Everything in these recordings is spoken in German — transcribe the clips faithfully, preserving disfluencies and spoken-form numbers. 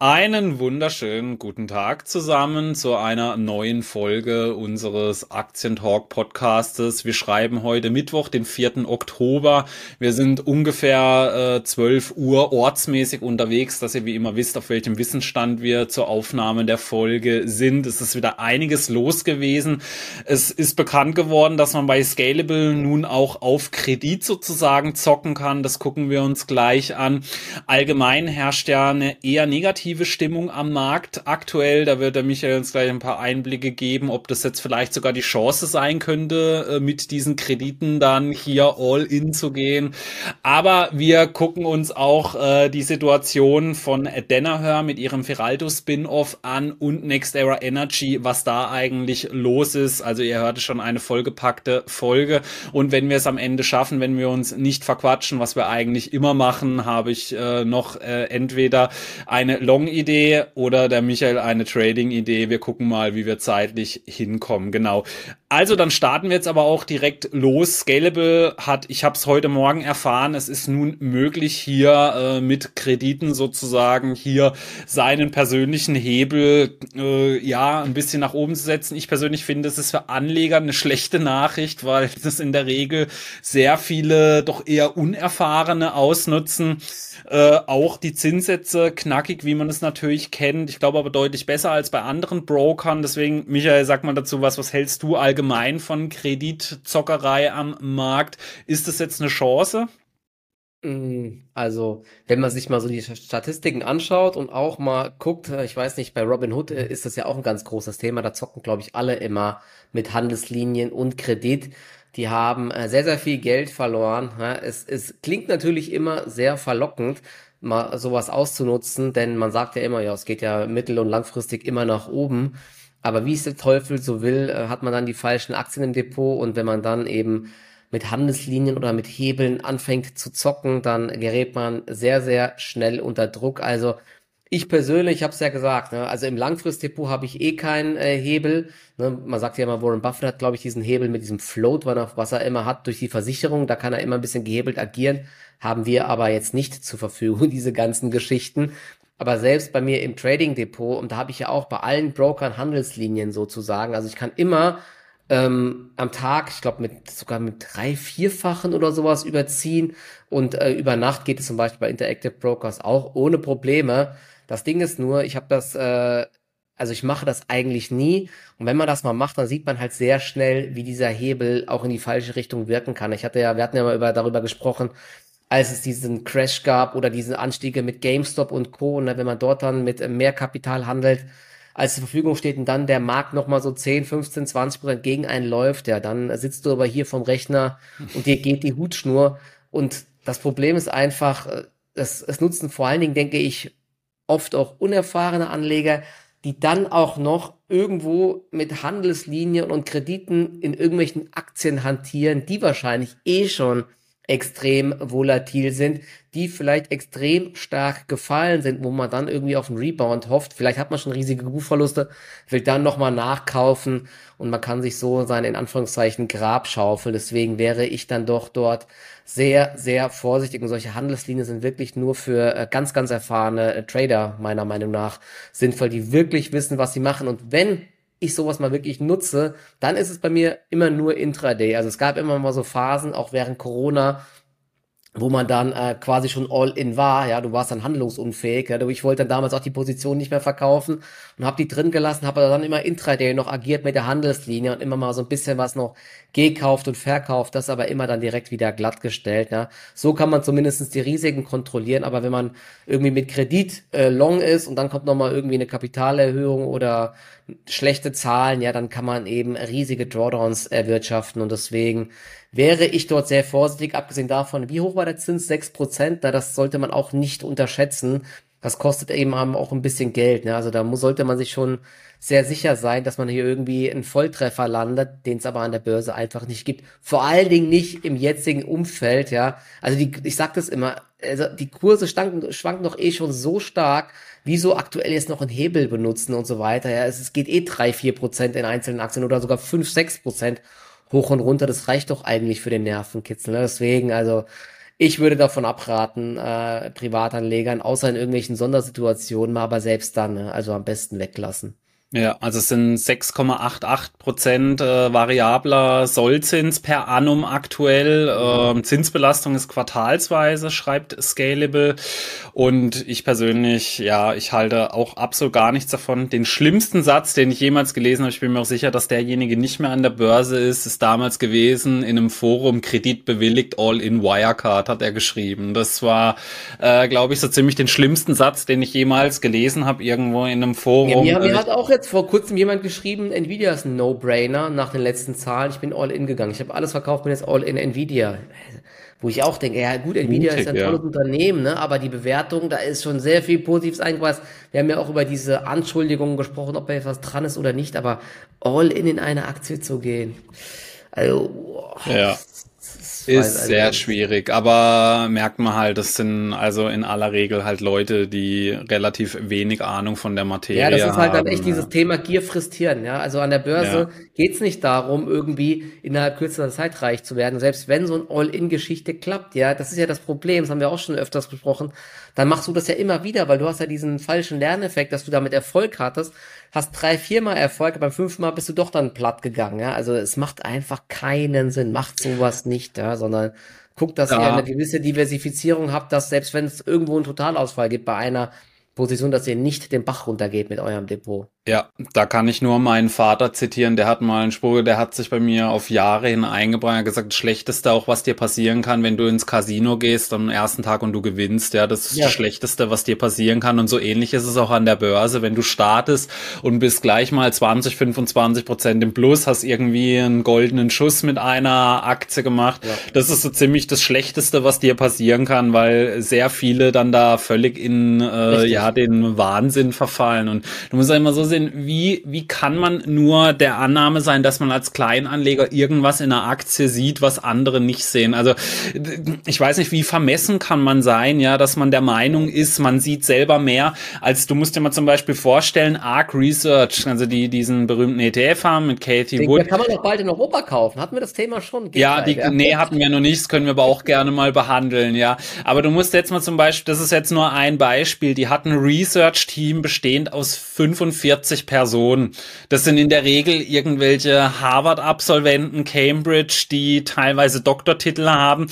Einen wunderschönen guten Tag zusammen zu einer neuen Folge unseres Aktientalk Podcastes. Wir schreiben heute Mittwoch, den vierten Oktober. Wir sind ungefähr äh, zwölf Uhr ortsmäßig unterwegs, dass ihr wie immer wisst, auf welchem Wissensstand wir zur Aufnahme der Folge sind. Es ist wieder einiges los gewesen. Es ist bekannt geworden, dass man bei Scalable nun auch auf Kredit sozusagen zocken kann. Das gucken wir uns gleich an. Allgemein herrscht ja eine eher negative Stimmung am Markt aktuell. Da wird der Michael uns gleich ein paar Einblicke geben, ob das jetzt vielleicht sogar die Chance sein könnte, mit diesen Krediten dann hier all in zu gehen. Aber wir gucken uns auch äh, die Situation von Danaher mit ihrem Feralto Spin-off an und NextEra Energy, was da eigentlich los ist. Also ihr hört schon, eine vollgepackte Folge. Und wenn wir es am Ende schaffen, wenn wir uns nicht verquatschen, was wir eigentlich immer machen, habe ich äh, noch äh, entweder eine Long-Idee oder der Michael eine Trading-Idee. Wir gucken mal, wie wir zeitlich hinkommen. Genau. Also dann starten wir jetzt aber auch direkt los. Scalable hat, ich habe es heute Morgen erfahren, es ist nun möglich, hier äh, mit Krediten sozusagen hier seinen persönlichen Hebel äh, ja ein bisschen nach oben zu setzen. Ich persönlich finde, es ist für Anleger eine schlechte Nachricht, weil das in der Regel sehr viele doch eher Unerfahrene ausnutzen. Äh, auch die Zinssätze knackig, wie man es natürlich kennt. Ich glaube aber deutlich besser als bei anderen Brokern. Deswegen, Michael, sag mal dazu was. Was hältst du allgemein von Kreditzockerei am Markt? Ist das jetzt eine Chance? Also, wenn man sich mal so die Statistiken anschaut und auch mal guckt, ich weiß nicht, bei Robinhood ist das ja auch ein ganz großes Thema. Da zocken, glaube ich, alle immer mit Handelslinien und Kredit. Die haben äh, sehr, sehr viel Geld verloren. Ja, es, es klingt natürlich immer sehr verlockend, mal sowas auszunutzen, denn man sagt ja immer, ja, es geht ja mittel- und langfristig immer nach oben. Aber wie es der Teufel so will, äh, hat man dann die falschen Aktien im Depot, und wenn man dann eben mit Handelslinien oder mit Hebeln anfängt zu zocken, dann gerät man sehr, sehr schnell unter Druck. Also ich persönlich, ich habe es ja gesagt, ne, also im Langfristdepot habe ich eh keinen äh, Hebel. Ne, man sagt ja immer, Warren Buffett hat, glaube ich, diesen Hebel mit diesem Float, was er immer hat durch die Versicherung. Da kann er immer ein bisschen gehebelt agieren. Haben wir aber jetzt nicht zur Verfügung, diese ganzen Geschichten. Aber selbst bei mir im Trading-Depot, und da habe ich ja auch bei allen Brokern Handelslinien sozusagen. Also ich kann immer ähm, am Tag, ich glaube mit sogar mit drei, vierfachen oder sowas überziehen. Und äh, über Nacht geht es zum Beispiel bei Interactive Brokers auch ohne Probleme. Das Ding ist nur, ich habe das, äh, also ich mache das eigentlich nie. Und wenn man das mal macht, dann sieht man halt sehr schnell, wie dieser Hebel auch in die falsche Richtung wirken kann. Ich hatte ja, wir hatten ja mal über, darüber gesprochen, als es diesen Crash gab oder diese Anstiege mit GameStop und Co. Und wenn man dort dann mit mehr Kapital handelt, als zur Verfügung steht, und dann der Markt nochmal so zehn, fünfzehn, zwanzig Prozent gegen einen läuft, ja, dann sitzt du aber hier vom Rechner und dir geht die Hutschnur. Und das Problem ist einfach, äh, es, es nutzen vor allen Dingen, denke ich, oft auch unerfahrene Anleger, die dann auch noch irgendwo mit Handelslinien und Krediten in irgendwelchen Aktien hantieren, die wahrscheinlich eh schon extrem volatil sind, die vielleicht extrem stark gefallen sind, wo man dann irgendwie auf einen Rebound hofft. Vielleicht hat man schon riesige Buchverluste, will dann nochmal nachkaufen, und man kann sich so sein, in Anführungszeichen, Grab schaufeln. Deswegen wäre ich dann doch dort sehr, sehr vorsichtig, und solche Handelslinien sind wirklich nur für äh, ganz, ganz erfahrene äh, Trader meiner Meinung nach sinnvoll, die wirklich wissen, was sie machen. Und wenn ich sowas mal wirklich nutze, dann ist es bei mir immer nur Intraday. Also es gab immer mal so Phasen, auch während Corona, wo man dann äh, quasi schon all in war, ja, du warst dann handlungsunfähig, ja, ich wollte dann damals auch die Position nicht mehr verkaufen und habe die drin gelassen, habe dann immer Intraday noch agiert mit der Handelslinie und immer mal so ein bisschen was noch gekauft und verkauft, das aber immer dann direkt wieder glattgestellt, ja. So kann man zumindest die Risiken kontrollieren, aber wenn man irgendwie mit Kredit äh, long ist und dann kommt nochmal irgendwie eine Kapitalerhöhung oder schlechte Zahlen, ja, dann kann man eben riesige Drawdowns erwirtschaften, und deswegen wäre ich dort sehr vorsichtig, abgesehen davon, wie hoch war der Zins? sechs Prozent, na, das sollte man auch nicht unterschätzen. Das kostet eben auch ein bisschen Geld, ne? Also da muss, sollte man sich schon sehr sicher sein, dass man hier irgendwie einen Volltreffer landet, den es aber an der Börse einfach nicht gibt. Vor allen Dingen nicht im jetzigen Umfeld, ja. Also die, ich sag das immer, also die Kurse schwanken, schwanken doch eh schon so stark. Wieso aktuell jetzt noch einen Hebel benutzen und so weiter? Ja, es, es geht eh drei, vier Prozent in einzelnen Aktien oder sogar fünf, sechs Prozent hoch und runter. Das reicht doch eigentlich für den Nervenkitzel, ne? Deswegen, also Ich würde davon abraten, äh, Privatanlegern, außer in irgendwelchen Sondersituationen, mal aber selbst dann, ne? Also am besten weglassen. Ja, also es sind sechs Komma achtundachtzig Prozent äh, variabler Sollzins per annum aktuell. Ähm, Zinsbelastung ist quartalsweise, schreibt Scalable. Und ich persönlich, ja, ich halte auch absolut gar nichts davon. Den schlimmsten Satz, den ich jemals gelesen habe, ich bin mir auch sicher, dass derjenige nicht mehr an der Börse ist, ist damals gewesen in einem Forum, Kredit bewilligt, all in Wirecard, hat er geschrieben. Das war, äh, glaube ich, so ziemlich den schlimmsten Satz, den ich jemals gelesen habe, irgendwo in einem Forum. Ja, mir, mir hat auch jetzt vor kurzem jemand geschrieben, Nvidia ist ein No-Brainer nach den letzten Zahlen. Ich bin all in gegangen. Ich habe alles verkauft, bin jetzt all in Nvidia. Wo ich auch denke, ja gut, Nvidia Mutig, ist ein ja. tolles Unternehmen, ne? Aber die Bewertung, da ist schon sehr viel Positives eingepreist. Wir haben ja auch über diese Anschuldigungen gesprochen, ob da etwas dran ist oder nicht, aber all in in eine Aktie zu gehen. Also, boah, Ja. das Ist weiß- sehr also, schwierig, aber merkt man halt, das sind also in aller Regel halt Leute, die relativ wenig Ahnung von der Materie Ja, das ist halt dann haben. echt dieses Thema Gier frisst Hirn, ja. Also an der Börse Ja. geht's nicht darum, irgendwie innerhalb kürzester Zeit reich zu werden. Selbst wenn so ein All-in-Geschichte klappt, ja, das ist ja das Problem, das haben wir auch schon öfters besprochen, dann machst du das ja immer wieder, weil du hast ja diesen falschen Lerneffekt, dass du damit Erfolg hattest, hast drei, viermal Erfolg, beim fünften Mal bist du doch dann platt gegangen, ja. Also es macht einfach keinen Sinn, macht sowas nicht, ja, sondern guckt, dass ihr Ja. eine gewisse Diversifizierung habt, dass selbst wenn es irgendwo einen Totalausfall gibt bei einer Position, dass ihr nicht den Bach runtergeht mit eurem Depot. Ja, da kann ich nur meinen Vater zitieren, der hat mal einen Spruch, der hat sich bei mir auf Jahre hin eingebracht, er hat gesagt, das Schlechteste auch, was dir passieren kann, wenn du ins Casino gehst am ersten Tag und du gewinnst, ja, das ist Ja. das Schlechteste, was dir passieren kann, und so ähnlich ist es auch an der Börse, wenn du startest und bist gleich mal zwanzig, fünfundzwanzig Prozent im Plus, hast irgendwie einen goldenen Schuss mit einer Aktie gemacht, Ja. das ist so ziemlich das Schlechteste, was dir passieren kann, weil sehr viele dann da völlig in, äh, Richtig. ja, den Wahnsinn verfallen, und du musst ja immer so sehen, wie, wie kann man nur der Annahme sein, dass man als Kleinanleger irgendwas in einer Aktie sieht, was andere nicht sehen. Also ich weiß nicht, wie vermessen kann man sein, ja, dass man der Meinung ist, man sieht selber mehr, als du musst dir mal zum Beispiel vorstellen, Arc Research, also die diesen berühmten E T F haben mit Katie Den Wood. kann man doch bald in Europa kaufen. Hatten wir das Thema schon? Geht Ja, bald, die, nee, hatten wir noch nicht, das können wir aber auch gerne mal behandeln, ja. Aber du musst jetzt mal zum Beispiel, das ist jetzt nur ein Beispiel, die hatten ein Research-Team bestehend aus fünfundvierzig Personen. Das sind in der Regel irgendwelche Harvard-Absolventen, Cambridge, die teilweise Doktortitel haben.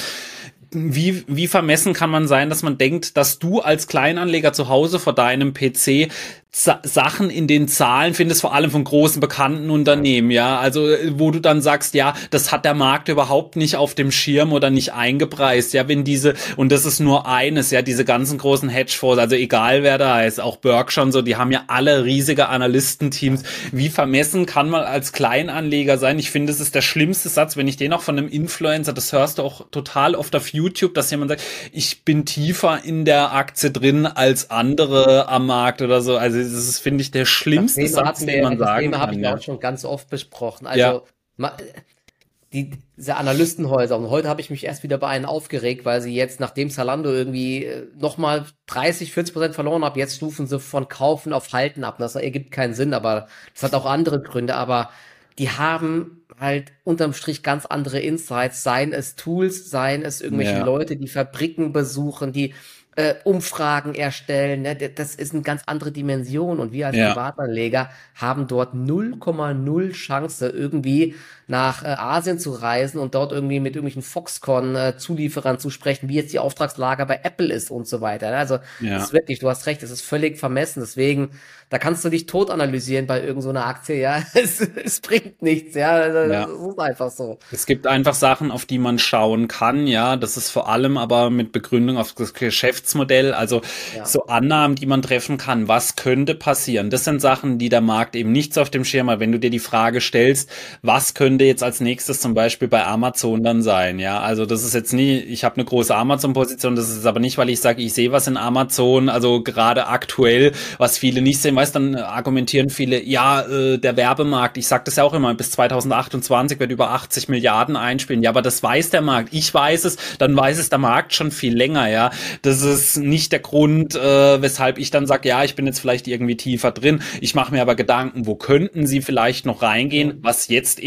Wie, wie vermessen kann man sein, dass man denkt, dass du als Kleinanleger zu Hause vor deinem P C Sa- Sachen in den Zahlen findest, vor allem von großen bekannten Unternehmen, ja, also wo du dann sagst, ja, das hat der Markt überhaupt nicht auf dem Schirm oder nicht eingepreist, ja, wenn diese, und das ist nur eines, ja, diese ganzen großen Hedgefonds, also egal wer da ist, auch Berkshire und so, die haben ja alle riesige Analystenteams. Wie vermessen kann man als Kleinanleger sein? Ich finde, das ist der schlimmste Satz, wenn ich den auch von einem Influencer, das hörst du auch total oft auf YouTube, dass jemand sagt, ich bin tiefer in der Aktie drin als andere am Markt oder so, also das ist, finde ich, der schlimmste Das Thema Satz, hatten wir, den man das sagen Thema habe kann. ich Ja. auch schon ganz oft besprochen. Also Ja. ma- die, diese Analystenhäuser. Und heute habe ich mich erst wieder bei einem aufgeregt, weil sie jetzt, nachdem Zalando irgendwie äh, nochmal dreißig, vierzig Prozent verloren hat, jetzt stufen sie von Kaufen auf Halten ab. Das ergibt keinen Sinn, aber das hat auch andere Gründe. Aber die haben halt unterm Strich ganz andere Insights, seien es Tools, seien es irgendwelche Ja. Leute, die Fabriken besuchen, die äh, Umfragen erstellen, ne? Das ist eine ganz andere Dimension, und wir als Ja. Privatanleger haben dort null Komma null Chance, irgendwie nach äh, Asien zu reisen und dort irgendwie mit irgendwelchen Foxconn-Zulieferern zu sprechen, wie jetzt die Auftragslage bei Apple ist und so weiter. Also Ja. das ist wirklich, du hast recht, das ist völlig vermessen. Deswegen, da kannst du dich tot analysieren bei irgend so einer Aktie, ja. Es, es bringt nichts, ja. Also, Ja. das ist einfach so. Es gibt einfach Sachen, auf die man schauen kann, ja. Das ist vor allem aber mit Begründung auf das Geschäftsmodell, also Ja. so Annahmen, die man treffen kann. Was könnte passieren? Das sind Sachen, die der Markt eben nichts auf dem Schirm hat. Wenn du dir die Frage stellst, was könnte jetzt als nächstes zum Beispiel bei Amazon dann sein, ja. Also das ist jetzt nie, ich habe eine große Amazon-Position, das ist aber nicht, weil ich sage, ich sehe was in Amazon, also gerade aktuell, was viele nicht sehen, weißt, dann argumentieren viele, ja, äh, der Werbemarkt, ich sage das ja auch immer, bis zweitausendachtundzwanzig wird über achtzig Milliarden einspielen. Ja, aber das weiß der Markt. Ich weiß es, dann weiß es der Markt schon viel länger, ja. Das ist nicht der Grund, äh, weshalb ich dann sage, ja, ich bin jetzt vielleicht irgendwie tiefer drin. Ich mache mir aber Gedanken, wo könnten sie vielleicht noch reingehen, was jetzt eben noch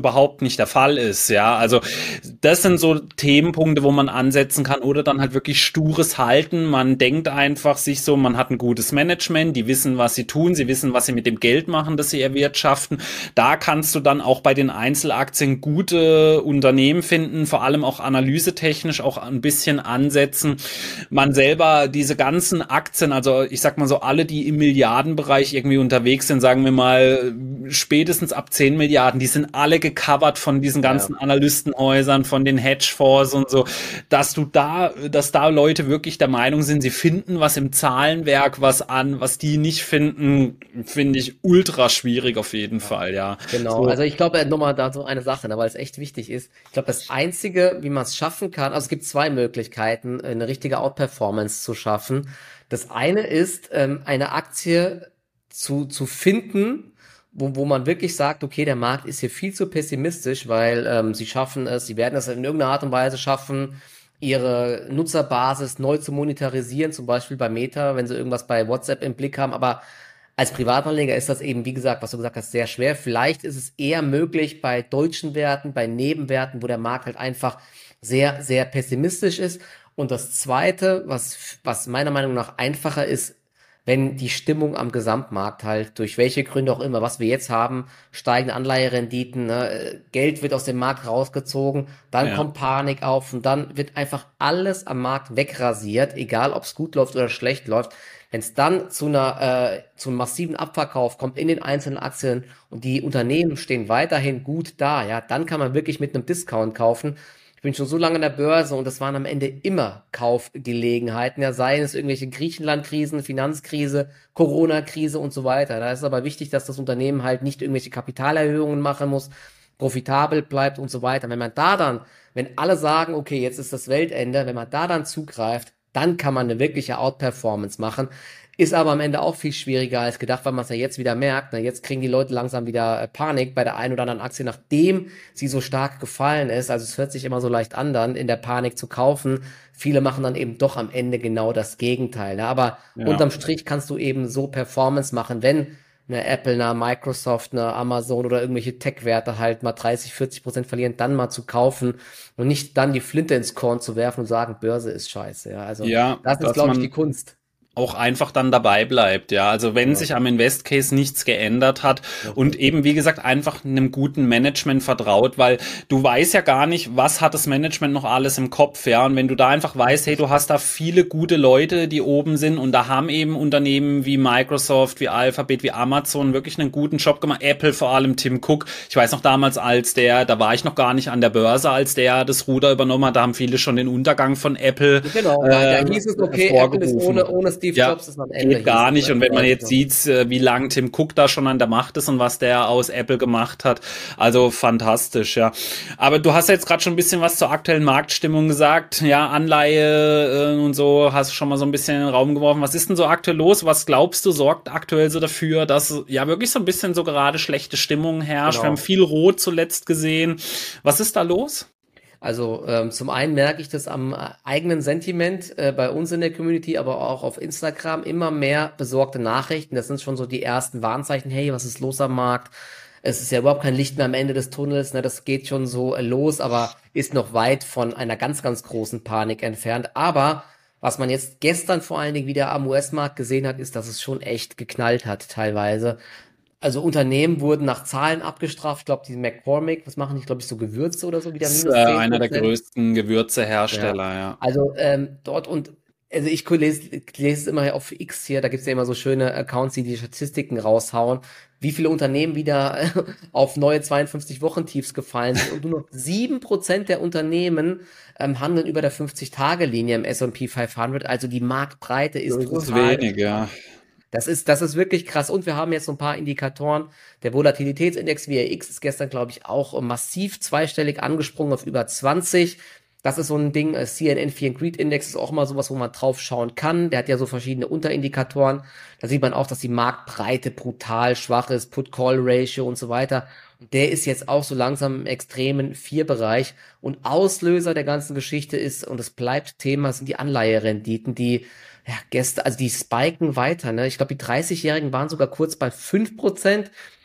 überhaupt nicht der Fall ist, ja. Also das sind so Themenpunkte, wo man ansetzen kann oder dann halt wirklich stures Halten. Man denkt einfach sich so, man hat ein gutes Management, die wissen, was sie tun, sie wissen, was sie mit dem Geld machen, das sie erwirtschaften. Da kannst du dann auch bei den Einzelaktien gute Unternehmen finden, vor allem auch analysetechnisch auch ein bisschen ansetzen. Man selber diese ganzen Aktien, also ich sag mal so alle, die im Milliardenbereich irgendwie unterwegs sind, sagen wir mal spätestens ab zehn Milliarden, die sind alle gecovert von diesen ganzen Ja. Analystenhäusern, von den Hedgefonds und so, dass du da, dass da Leute wirklich der Meinung sind, sie finden was im Zahlenwerk, was an, was die nicht finden, finde ich ultra schwierig auf jeden Ja. Fall, ja. Genau, So, also ich glaube, nochmal da so eine Sache, ne, weil es echt wichtig ist. Ich glaube, das Einzige, wie man es schaffen kann, also es gibt zwei Möglichkeiten, eine richtige Outperformance zu schaffen. Das eine ist, ähm, eine Aktie zu, zu finden, wo, wo man wirklich sagt, okay, der Markt ist hier viel zu pessimistisch, weil ähm, sie schaffen es, sie werden es in irgendeiner Art und Weise schaffen, ihre Nutzerbasis neu zu monetarisieren, zum Beispiel bei Meta, wenn sie irgendwas bei WhatsApp im Blick haben, aber als Privatanleger ist das eben, wie gesagt, was du gesagt hast, sehr schwer. Vielleicht ist es eher möglich bei deutschen Werten, bei Nebenwerten, wo der Markt halt einfach sehr, sehr pessimistisch ist. Und das Zweite, was, was meiner Meinung nach einfacher ist, wenn die Stimmung am Gesamtmarkt halt, durch welche Gründe auch immer, was wir jetzt haben, steigende Anleiherenditen, ne, Geld wird aus dem Markt rausgezogen, dann ja. kommt Panik auf und dann wird einfach alles am Markt wegrasiert, egal ob es gut läuft oder schlecht läuft. Wenn es dann zu einer, äh, zu einem massiven Abverkauf kommt in den einzelnen Aktien und die Unternehmen stehen weiterhin gut da, ja, dann kann man wirklich mit einem Discount kaufen. Ich bin schon so lange an der Börse und das waren am Ende immer Kaufgelegenheiten, ja, seien es irgendwelche Griechenland-Krisen, Finanzkrise, Corona-Krise und so weiter. Da ist aber wichtig, dass das Unternehmen halt nicht irgendwelche Kapitalerhöhungen machen muss, profitabel bleibt und so weiter. Wenn man da dann, wenn alle sagen, okay, jetzt ist das Weltende, wenn man da dann zugreift, dann kann man eine wirkliche Outperformance machen. Ist aber am Ende auch viel schwieriger als gedacht, weil man es ja jetzt wieder merkt. Ne? Jetzt kriegen die Leute langsam wieder äh, Panik bei der einen oder anderen Aktie, nachdem sie so stark gefallen ist. Also es hört sich immer so leicht an, dann in der Panik zu kaufen. Viele machen dann eben doch am Ende genau das Gegenteil. Ne? Aber Ja. unterm Strich kannst du eben so Performance machen, wenn eine Apple, eine Microsoft, eine Amazon oder irgendwelche Tech-Werte halt mal dreißig, vierzig Prozent verlieren, dann mal zu kaufen und nicht dann die Flinte ins Korn zu werfen und sagen, Börse ist scheiße. Ja, also Ja, das ist, dass glaube ich, man die Kunst. auch einfach dann dabei bleibt, ja. Also wenn Ja, sich am Invest Case nichts geändert hat und eben, wie gesagt, einfach einem guten Management vertraut, weil du weißt ja gar nicht, was hat das Management noch alles im Kopf, ja. Und wenn du da einfach weißt, hey, du hast da viele gute Leute, die oben sind und da haben eben Unternehmen wie Microsoft, wie Alphabet, wie Amazon wirklich einen guten Job gemacht. Apple vor allem, Tim Cook. Ich weiß noch damals, als der, da war ich noch gar nicht an der Börse, als der das Ruder übernommen hat, da haben viele schon den Untergang von Apple genau. Da, äh, da hieß es, okay, Apple ist hervorgerufen. ohne, ohne Steve Ja, Jobs ist am Ende. geht gar hieß es, nicht. ne? Und wenn man Ja, jetzt genau. sieht, äh, wie lange Tim Cook da schon an der Macht ist und was der aus Apple gemacht hat, also fantastisch, ja. Aber du hast jetzt gerade schon ein bisschen was zur aktuellen Marktstimmung gesagt. Ja, Anleihe äh, und so hast du schon mal so ein bisschen in den Raum geworfen. Was ist denn so aktuell los? Was glaubst du, sorgt aktuell so dafür, dass ja wirklich so ein bisschen so gerade schlechte Stimmung herrscht? Wir haben Genau. viel Rot zuletzt gesehen. Was ist da los? Also ähm, zum einen merke ich das am äh, eigenen Sentiment äh, bei uns in der Community, aber auch auf Instagram immer mehr besorgte Nachrichten. Das sind schon so die ersten Warnzeichen. Hey, was ist los am Markt? Es ist ja überhaupt kein Licht mehr am Ende des Tunnels. Ne? Das geht schon so äh, los, aber ist noch weit von einer ganz, ganz großen Panik entfernt. Aber was man jetzt gestern vor allen Dingen wieder am U S-Markt gesehen hat, ist, dass es schon echt geknallt hat teilweise. Also Unternehmen wurden nach Zahlen abgestraft. Ich glaube, die McCormick, was machen die, glaube ich, so Gewürze oder so, wieder Das ist äh, minus zehn einer der Prozent. größten Ja, Gewürzehersteller, ja. also ähm, dort und also ich lese, lese es immer auf X hier, da gibt's ja immer so schöne Accounts, die die Statistiken raushauen, wie viele Unternehmen wieder auf neue zweiundfünfzig-Wochen-Tiefs gefallen sind und nur noch sieben Prozent der Unternehmen ähm, handeln über der fünfzig-Tage-Linie im S und P fünfhundert, also die Marktbreite ist Das ist brutal wenig, ja. das ist, das ist wirklich krass. Und wir haben jetzt so ein paar Indikatoren. Der Volatilitätsindex V A X ist gestern, glaube ich, auch massiv zweistellig angesprungen auf über zwanzig. Das ist so ein Ding. äh, C N N Fear and Greed Index ist auch mal sowas, wo man drauf schauen kann. Der hat ja so verschiedene Unterindikatoren. Da sieht man auch, dass die Marktbreite brutal schwach ist, Put-Call-Ratio und so weiter. Und der ist jetzt auch so langsam im extremen Vier-Bereich. Und Auslöser der ganzen Geschichte ist, und es bleibt Thema, sind die Anleiherenditen, die ja, gestern, also die spiken weiter, ne? Ich glaube, die dreißig-Jährigen waren sogar kurz bei fünf Prozent.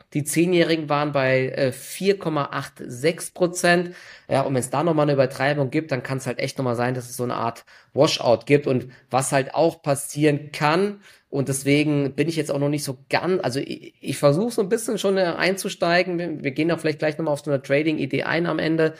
Die Zehnjährigen waren bei äh, vier Komma sechsundachtzig Prozent. Ja, und wenn es da nochmal eine Übertreibung gibt, dann kann es halt echt nochmal sein, dass es so eine Art Washout gibt. Und was halt auch passieren kann, und deswegen bin ich jetzt auch noch nicht so ganz, also ich, ich versuche so ein bisschen schon äh, einzusteigen. Wir, wir gehen da vielleicht gleich nochmal auf so eine Trading-Idee ein am Ende.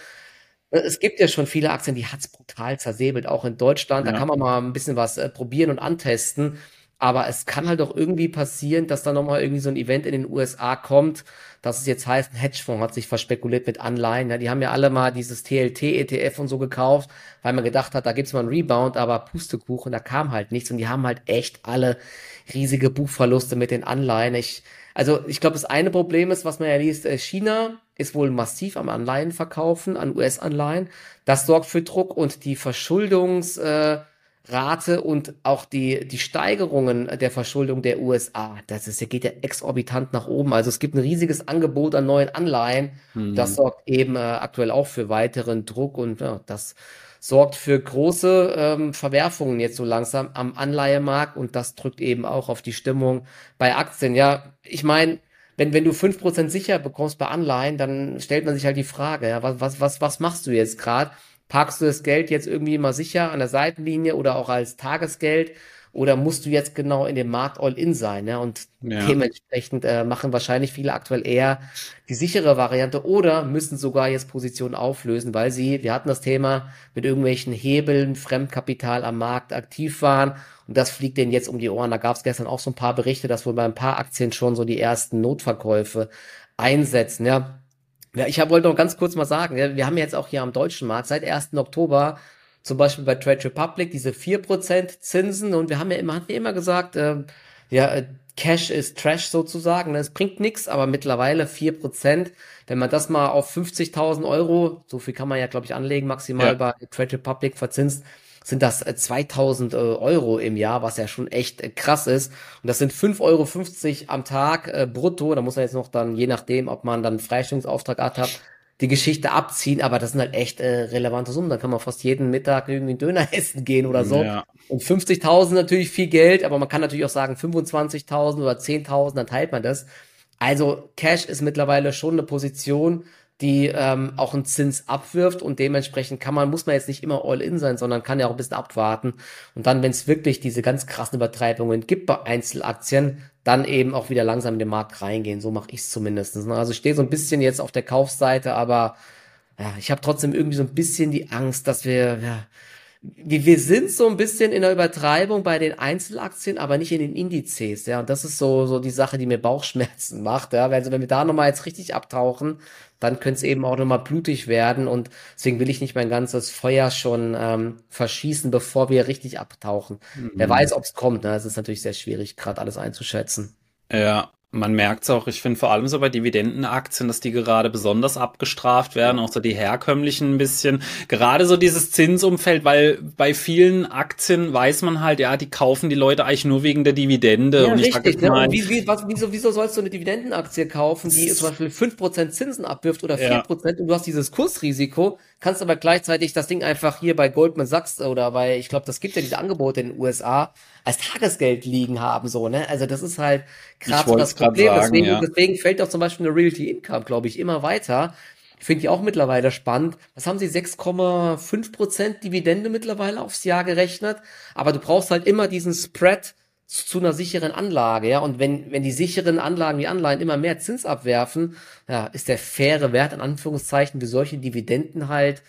Es gibt ja schon viele Aktien, die hat's brutal zersäbelt, auch in Deutschland. Da Ja. kann man mal ein bisschen was äh, probieren und antesten. Aber es kann halt auch irgendwie passieren, dass da nochmal irgendwie so ein Event in den U S A kommt, dass es jetzt heißt, ein Hedgefonds hat sich verspekuliert mit Anleihen. Ja, die haben ja alle mal dieses T L T-E T F und so gekauft, weil man gedacht hat, da gibt's mal einen Rebound, aber Pustekuchen, da kam halt nichts. Und die haben halt echt alle riesige Buchverluste mit den Anleihen. Ich, also ich glaube, das eine Problem ist, was man ja liest, äh, China ist wohl massiv am Anleihen verkaufen, an U S-Anleihen. Das sorgt für Druck und die Verschuldungs... Äh, Rate und auch die, die Steigerungen der Verschuldung der U S A, das ist, geht ja exorbitant nach oben. Also es gibt ein riesiges Angebot an neuen Anleihen. Hm. Das sorgt eben äh, aktuell auch für weiteren Druck und ja, das sorgt für große ähm, Verwerfungen jetzt so langsam am Anleihemarkt und das drückt eben auch auf die Stimmung bei Aktien. Ja, ich meine, wenn, wenn du fünf Prozent sicher bekommst bei Anleihen, dann stellt man sich halt die Frage, ja, was, was, was, was machst du jetzt gerade? Parkst du das Geld jetzt irgendwie mal sicher an der Seitenlinie oder auch als Tagesgeld oder musst du jetzt genau in dem Markt all-in sein? Ne? Und Ja. dementsprechend äh, machen wahrscheinlich viele aktuell eher die sichere Variante oder müssen sogar jetzt Positionen auflösen, weil sie, wir hatten das Thema, mit irgendwelchen Hebeln, Fremdkapital am Markt aktiv waren und das fliegt denen jetzt um die Ohren. Da gab es gestern auch so ein paar Berichte, dass wohl bei ein paar Aktien schon so die ersten Notverkäufe einsetzen. Ja. Ja, ich hab, wollte noch ganz kurz mal sagen, ja, wir haben jetzt auch hier am deutschen Markt seit ersten Oktober zum Beispiel bei Trade Republic diese vier Prozent Zinsen und wir haben ja immer, hatten wir immer gesagt, äh, ja, äh, Cash ist Trash sozusagen, es bringt nichts, aber mittlerweile vier Prozent, wenn man das mal auf fünfzigtausend Euro, so viel kann man ja, glaube ich, anlegen, maximal Ja. bei Trade Republic verzinst, sind das äh, zweitausend äh, Euro im Jahr, was ja schon echt äh, krass ist. Und das sind fünf Euro fünfzig am Tag äh, brutto. Da muss man jetzt noch dann, je nachdem, ob man dann einen Freistellungsauftrag hat, die Geschichte abziehen. Aber das sind halt echt äh, relevante Summen. Da kann man fast jeden Mittag irgendwie einen Döner essen gehen oder so. Ja. Und fünfzigtausend natürlich viel Geld, aber man kann natürlich auch sagen fünfundzwanzigtausend oder zehntausend, dann teilt man das. Also Cash ist mittlerweile schon eine Position, die ähm, auch einen Zins abwirft und dementsprechend kann man, muss man jetzt nicht immer all-in sein, sondern kann ja auch ein bisschen abwarten und dann, wenn es wirklich diese ganz krassen Übertreibungen gibt bei Einzelaktien, dann eben auch wieder langsam in den Markt reingehen. So mache ich es zumindest. Also ich stehe so ein bisschen jetzt auf der Kaufseite, aber ja, ich habe trotzdem irgendwie so ein bisschen die Angst, dass wir, ja, wir, wir sind so ein bisschen in der Übertreibung bei den Einzelaktien, aber nicht in den Indizes, ja. Und das ist so, so die Sache, die mir Bauchschmerzen macht, ja. Also wenn wir da nochmal jetzt richtig abtauchen, dann könnte es eben auch nochmal blutig werden. Und deswegen will ich nicht mein ganzes Feuer schon ähm, verschießen, bevor wir richtig abtauchen. Mhm. Wer weiß, ob es kommt, ne? Es ist natürlich sehr schwierig, gerade alles einzuschätzen. Ja, man merkt's auch, ich finde vor allem so bei Dividendenaktien, dass die gerade besonders abgestraft werden, auch so die herkömmlichen ein bisschen. Gerade so dieses Zinsumfeld, weil bei vielen Aktien weiß man halt, ja, die kaufen die Leute eigentlich nur wegen der Dividende. Ja, und ich sag richtig. jetzt Ne? mal, Und wie, wie, was, wieso, wieso sollst du eine Dividendenaktie kaufen, die zum Beispiel fünf Prozent Zinsen abwirft oder Ja. vier Prozent und du hast dieses Kursrisiko, kannst aber gleichzeitig das Ding einfach hier bei Goldman Sachs oder bei, ich glaube, das gibt ja diese Angebote in den U S A, als Tagesgeld liegen haben, so, ne? Also das ist halt gerade so wollt's das grad Problem. sagen, deswegen, ja. deswegen fällt auch zum Beispiel eine Realty Income, glaube ich, immer weiter. Ich finde die auch mittlerweile spannend. Was haben sie? sechs Komma fünf Prozent Dividende mittlerweile aufs Jahr gerechnet. Aber du brauchst halt immer diesen Spread zu, zu einer sicheren Anlage, ja. Und wenn, wenn die sicheren Anlagen, die Anleihen immer mehr Zins abwerfen, ja, ist der faire Wert, in Anführungszeichen, für solche Dividenden halt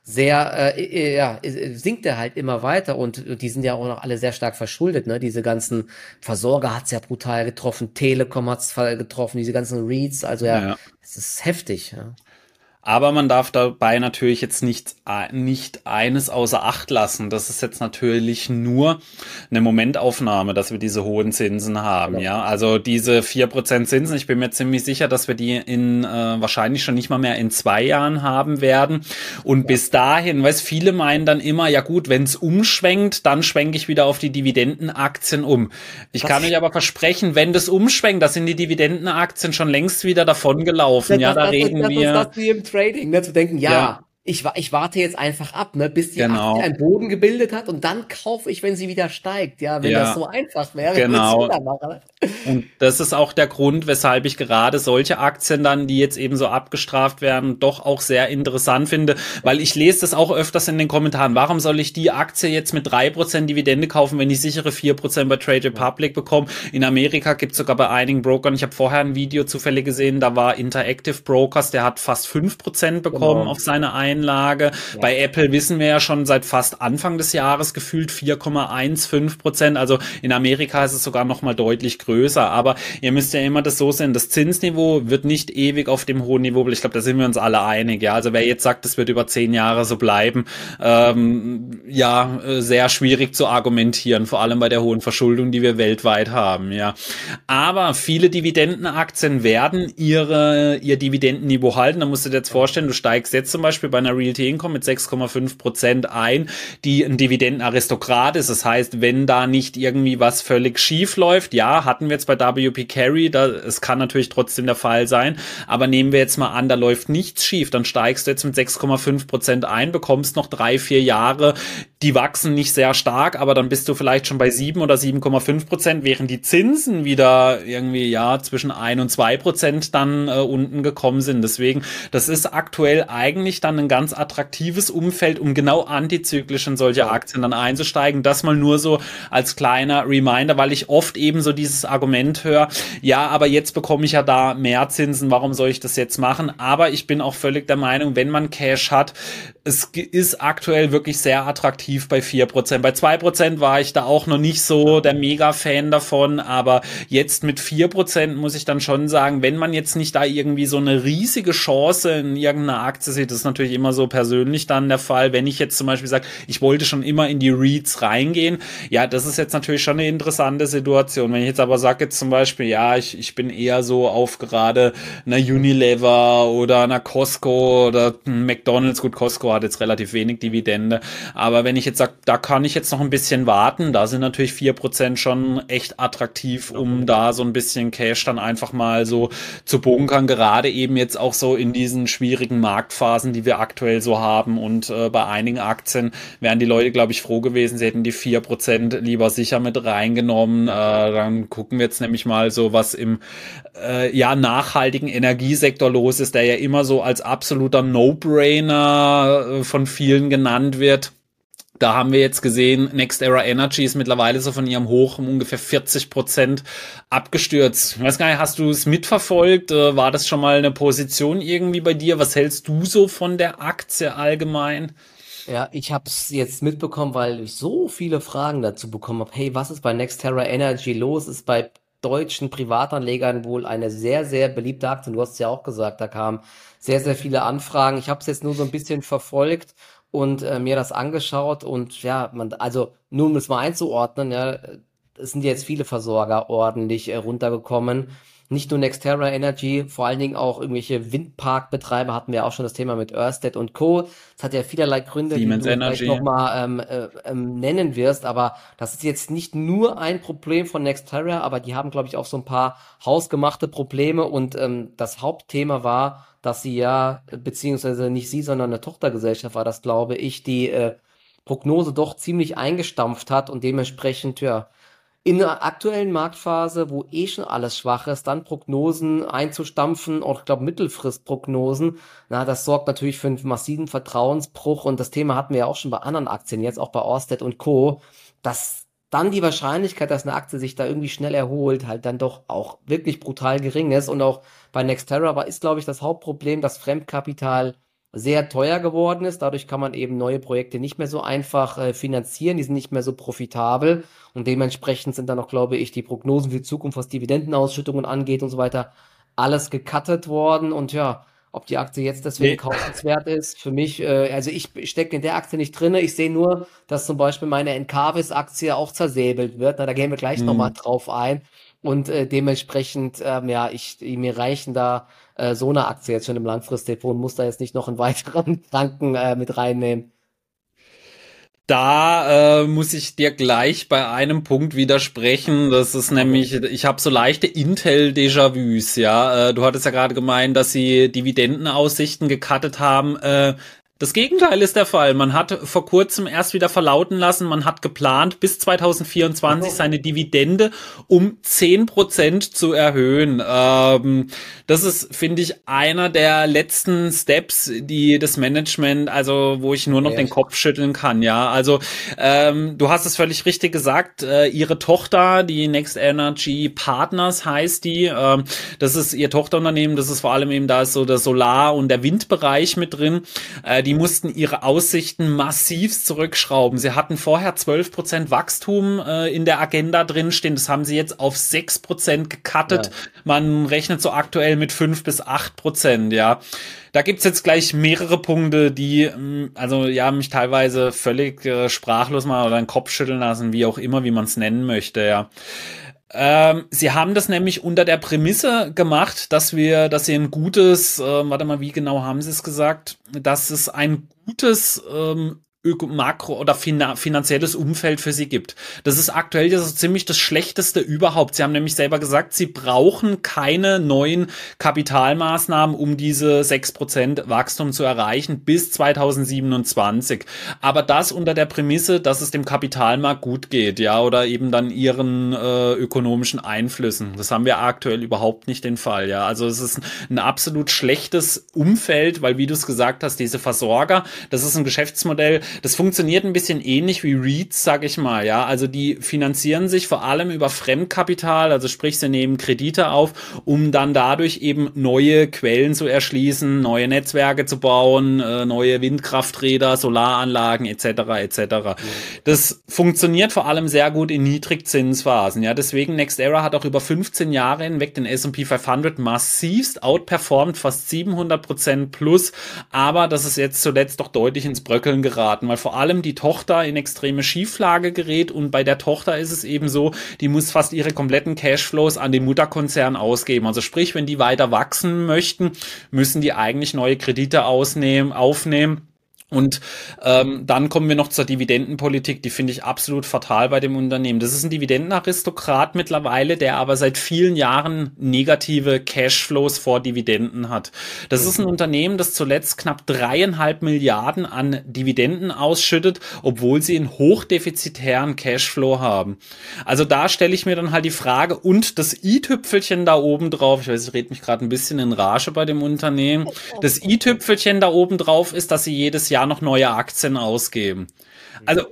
sehr, äh, äh, ja, äh, sinkt er halt immer weiter und, und die sind ja auch noch alle sehr stark verschuldet, ne? Diese ganzen Versorger hat's ja brutal getroffen, Telekom hat's getroffen, diese ganzen REITs, also ja, Ja. es ist heftig, ja. Aber man darf dabei natürlich jetzt nicht, nicht eines außer Acht lassen. Das ist jetzt natürlich nur eine Momentaufnahme, dass wir diese hohen Zinsen haben. Genau. Ja, also diese vier Prozent Zinsen, ich bin mir ziemlich sicher, dass wir die in äh, wahrscheinlich schon nicht mal mehr in zwei Jahren haben werden. Und Ja. bis dahin, weißt, viele meinen dann immer, ja gut, wenn es umschwenkt, dann schwenke ich wieder auf die Dividendenaktien um. Ich Das- kann euch aber versprechen, wenn das umschwenkt, da sind die Dividendenaktien schon längst wieder davon gelaufen. Ja, da das, reden das, wir. Das ist das wie im Trading, ne? Zu denken, ja, Ja. ich, wa- ich warte jetzt einfach ab, ne, bis die Aktie Genau. einen Boden gebildet hat und dann kaufe ich, wenn sie wieder steigt. Ja, wenn das Ja, so einfach wäre, würde es genau. jeder machen. Und das ist auch der Grund, weshalb ich gerade solche Aktien dann, die jetzt eben so abgestraft werden, doch auch sehr interessant finde, weil ich lese das auch öfters in den Kommentaren. Warum soll ich die Aktie jetzt mit drei Prozent Dividende kaufen, wenn ich sichere vier Prozent bei Trade Republic bekomme? In Amerika gibt es sogar bei einigen Brokern, ich habe vorher ein Video zufällig gesehen, da war Interactive Brokers, der hat fast fünf Prozent bekommen Genau. auf seine Einlage. Ja. Bei Apple wissen wir ja schon seit fast Anfang des Jahres gefühlt vier Komma fünfzehn Prozent. Also in Amerika ist es sogar noch mal deutlich größer. Aber ihr müsst ja immer das so sehen, das Zinsniveau wird nicht ewig auf dem hohen Niveau. Ich glaube, da sind wir uns alle einig. Ja, also wer jetzt sagt, das wird über zehn Jahre so bleiben, ähm, ja, sehr schwierig zu argumentieren, vor allem bei der hohen Verschuldung, die wir weltweit haben. Ja, aber viele Dividendenaktien werden ihre ihr Dividendenniveau halten. Da musst du dir jetzt vorstellen, du steigst jetzt zum Beispiel bei einer Realty Income mit sechs Komma fünf Prozent ein, die ein Dividendenaristokrat ist. Das heißt, wenn da nicht irgendwie was völlig schief läuft, ja, hatten wir jetzt bei W P Carry, da, es kann natürlich trotzdem der Fall sein, aber nehmen wir jetzt mal an, da läuft nichts schief, dann steigst du jetzt mit sechs Komma fünf Prozent ein, bekommst noch drei, vier Jahre, die wachsen nicht sehr stark, aber dann bist du vielleicht schon bei sieben oder sieben Komma fünf Prozent, während die Zinsen wieder irgendwie, ja, zwischen ein und zwei Prozent dann äh, unten gekommen sind. Deswegen, das ist aktuell eigentlich dann ein ganz attraktives Umfeld, um genau antizyklisch in solche Aktien dann einzusteigen. Das mal nur so als kleiner Reminder, weil ich oft eben so dieses Argument höre, ja, aber jetzt bekomme ich ja da mehr Zinsen, warum soll ich das jetzt machen? Aber ich bin auch völlig der Meinung, wenn man Cash hat, es ist aktuell wirklich sehr attraktiv bei vier Prozent. Bei zwei Prozent war ich da auch noch nicht so der Mega-Fan davon, aber jetzt mit vier Prozent muss ich dann schon sagen, wenn man jetzt nicht da irgendwie so eine riesige Chance in irgendeiner Aktie sieht, das ist natürlich immer so persönlich dann der Fall, wenn ich jetzt zum Beispiel sage, ich wollte schon immer in die REITs reingehen, ja, das ist jetzt natürlich schon eine interessante Situation. Wenn ich jetzt aber sage, jetzt zum Beispiel, ja, ich, ich bin eher so auf gerade einer Unilever oder einer Costco oder McDonald's, gut, Costco hat jetzt relativ wenig Dividende, aber wenn ich jetzt sage, da kann ich jetzt noch ein bisschen warten, da sind natürlich vier Prozent schon echt attraktiv, um da so ein bisschen Cash dann einfach mal so zu bunkern, gerade eben jetzt auch so in diesen schwierigen Marktphasen, die wir aktuell so haben, und äh, bei einigen Aktien wären die Leute, glaube ich, froh gewesen, sie hätten die vier Prozent lieber sicher mit reingenommen. Äh, dann gucken wir jetzt nämlich mal so, was im äh, ja nachhaltigen Energiesektor los ist, der ja immer so als absoluter No-Brainer äh, von vielen genannt wird. Da haben wir jetzt gesehen, NextEra Energy ist mittlerweile so von ihrem Hoch um ungefähr vierzig Prozent abgestürzt. Ich weiß gar nicht, hast du es mitverfolgt? War das schon mal eine Position irgendwie bei dir? Was hältst du so von der Aktie allgemein? Ja, ich habe es jetzt mitbekommen, weil ich so viele Fragen dazu bekommen habe. Hey, was ist bei NextEra Energy los? Ist bei deutschen Privatanlegern wohl eine sehr, sehr beliebte Aktie. Du hast es ja auch gesagt, da kamen sehr, sehr viele Anfragen. Ich habe es jetzt nur so ein bisschen verfolgt und äh, mir das angeschaut und ja, man, also nur um es mal einzuordnen, ja, es sind jetzt viele Versorger ordentlich äh, runtergekommen. Nicht nur NextEra Energy, vor allen Dingen auch irgendwelche Windparkbetreiber, hatten wir auch schon das Thema mit Ørsted und Co. Das hat ja vielerlei Gründe, Siemens die du Energy vielleicht nochmal ähm, äh, ähm, nennen wirst, aber das ist jetzt nicht nur ein Problem von NextEra, aber die haben, glaube ich, auch so ein paar hausgemachte Probleme und ähm, das Hauptthema war, dass sie ja, beziehungsweise nicht sie, sondern eine Tochtergesellschaft war das, glaube ich, die äh, Prognose doch ziemlich eingestampft hat und dementsprechend, ja, in der aktuellen Marktphase, wo eh schon alles schwach ist, dann Prognosen einzustampfen, auch ich glaube Mittelfristprognosen, na, das sorgt natürlich für einen massiven Vertrauensbruch und das Thema hatten wir ja auch schon bei anderen Aktien, jetzt auch bei Ørsted und Co., dass dann die Wahrscheinlichkeit, dass eine Aktie sich da irgendwie schnell erholt, halt dann doch auch wirklich brutal gering ist und auch bei NextEra war, ist, glaube ich, das Hauptproblem, dass Fremdkapital sehr teuer geworden ist. Dadurch kann man eben neue Projekte nicht mehr so einfach äh, finanzieren. Die sind nicht mehr so profitabel. Und dementsprechend sind dann auch, glaube ich, die Prognosen für die Zukunft, was Dividendenausschüttungen angeht und so weiter, alles gecuttet worden. Und ja, ob die Aktie jetzt deswegen Nee. kaufenswert ist, für mich, äh, also ich stecke in der Aktie nicht drin. Ich sehe nur, dass zum Beispiel meine Encarvis-Aktie auch zersäbelt wird. Na, da gehen wir gleich Hm. nochmal drauf ein. Und äh, dementsprechend, ähm, ja, ich, mir reichen da äh, so eine Aktie jetzt schon im Langfristdepot und muss da jetzt nicht noch einen weiteren Kranken äh, mit reinnehmen. Da äh, muss ich dir gleich bei einem Punkt widersprechen. Das ist nämlich, ich habe so leichte Intel-Déjà-vus, ja. Äh, du hattest ja gerade gemeint, dass sie Dividendenaussichten gecuttet haben. Äh, Das Gegenteil ist der Fall. Man hat vor kurzem erst wieder verlauten lassen, man hat geplant, bis zwanzig vierundzwanzig seine Dividende um zehn Prozent zu erhöhen. Ähm, das ist, finde ich, einer der letzten Steps, die das Management, also wo ich nur noch ja. den Kopf schütteln kann. Ja, also ähm, du hast es völlig richtig gesagt. Äh, ihre Tochter, die Next Energy Partners heißt die, ähm, das ist ihr Tochterunternehmen. Das ist vor allem eben, da ist so der Solar- und der Windbereich mit drin. Äh, die Die mussten ihre Aussichten massiv zurückschrauben. Sie hatten vorher zwölf Prozent Wachstum äh, in der Agenda drinstehen. Das haben sie jetzt auf sechs Prozent gecuttet. Ja. Man rechnet so aktuell mit fünf bis acht Prozent, ja. Da gibt's jetzt gleich mehrere Punkte, die also ja mich teilweise völlig äh, sprachlos machen oder den Kopf schütteln lassen, wie auch immer, wie man es nennen möchte, ja. Ähm, sie haben das nämlich unter der Prämisse gemacht, dass wir, dass sie ein gutes, äh, warte mal, wie genau haben sie es gesagt, dass es ein gutes ähm, Öko, Makro- oder fin- finanzielles Umfeld für sie gibt. Das ist aktuell ja so ziemlich das Schlechteste überhaupt. Sie haben nämlich selber gesagt, sie brauchen keine neuen Kapitalmaßnahmen, um diese sechs Prozent Wachstum zu erreichen bis zwanzig siebenundzwanzig. Aber das unter der Prämisse, dass es dem Kapitalmarkt gut geht, ja, oder eben dann ihren äh, ökonomischen Einflüssen. Das haben wir aktuell überhaupt nicht den Fall, ja. Also es ist ein absolut schlechtes Umfeld, weil, wie du es gesagt hast, diese Versorger, das ist ein Geschäftsmodell, das funktioniert ein bisschen ähnlich wie REITs, sag ich mal, ja. Also die finanzieren sich vor allem über Fremdkapital, also sprich, sie nehmen Kredite auf, um dann dadurch eben neue Quellen zu erschließen, neue Netzwerke zu bauen, äh, neue Windkrafträder, Solaranlagen et cetera et cetera. Das funktioniert vor allem sehr gut in Niedrigzinsphasen, ja. Deswegen NextEra hat auch über fünfzehn Jahre hinweg den S und P fünfhundert massivst outperformt, fast siebenhundert Prozent plus, aber das ist jetzt zuletzt doch deutlich ins Bröckeln geraten, weil vor allem die Tochter in extreme Schieflage gerät und bei der Tochter ist es eben so, die muss fast ihre kompletten Cashflows an den Mutterkonzern ausgeben. Also sprich, wenn die weiter wachsen möchten, müssen die eigentlich neue Kredite ausnehmen, aufnehmen. Und ähm, dann kommen wir noch zur Dividendenpolitik, die finde ich absolut fatal bei dem Unternehmen. Das ist ein Dividendenaristokrat mittlerweile, der aber seit vielen Jahren negative Cashflows vor Dividenden hat. Das ist ein Unternehmen, das zuletzt knapp dreieinhalb Milliarden an Dividenden ausschüttet, obwohl sie einen hochdefizitären Cashflow haben. Also da stelle ich mir dann halt die Frage, und das i-Tüpfelchen da oben drauf, ich weiß, ich rede mich gerade ein bisschen in Rage bei dem Unternehmen, das i-Tüpfelchen da oben drauf ist, dass sie jedes Jahr noch neue Aktien ausgeben. Also,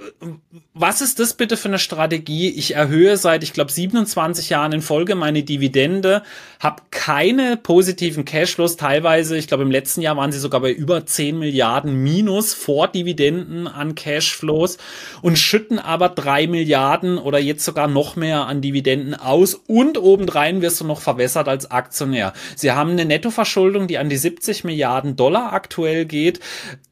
was ist das bitte für eine Strategie? Ich erhöhe seit, ich glaube, siebenundzwanzig Jahren in Folge meine Dividende, habe keine positiven Cashflows, teilweise, ich glaube, im letzten Jahr waren sie sogar bei über zehn Milliarden minus vor Dividenden an Cashflows und schütten aber drei Milliarden oder jetzt sogar noch mehr an Dividenden aus und obendrein wirst du noch verwässert als Aktionär. Sie haben eine Nettoverschuldung, die an die siebzig Milliarden Dollar aktuell geht.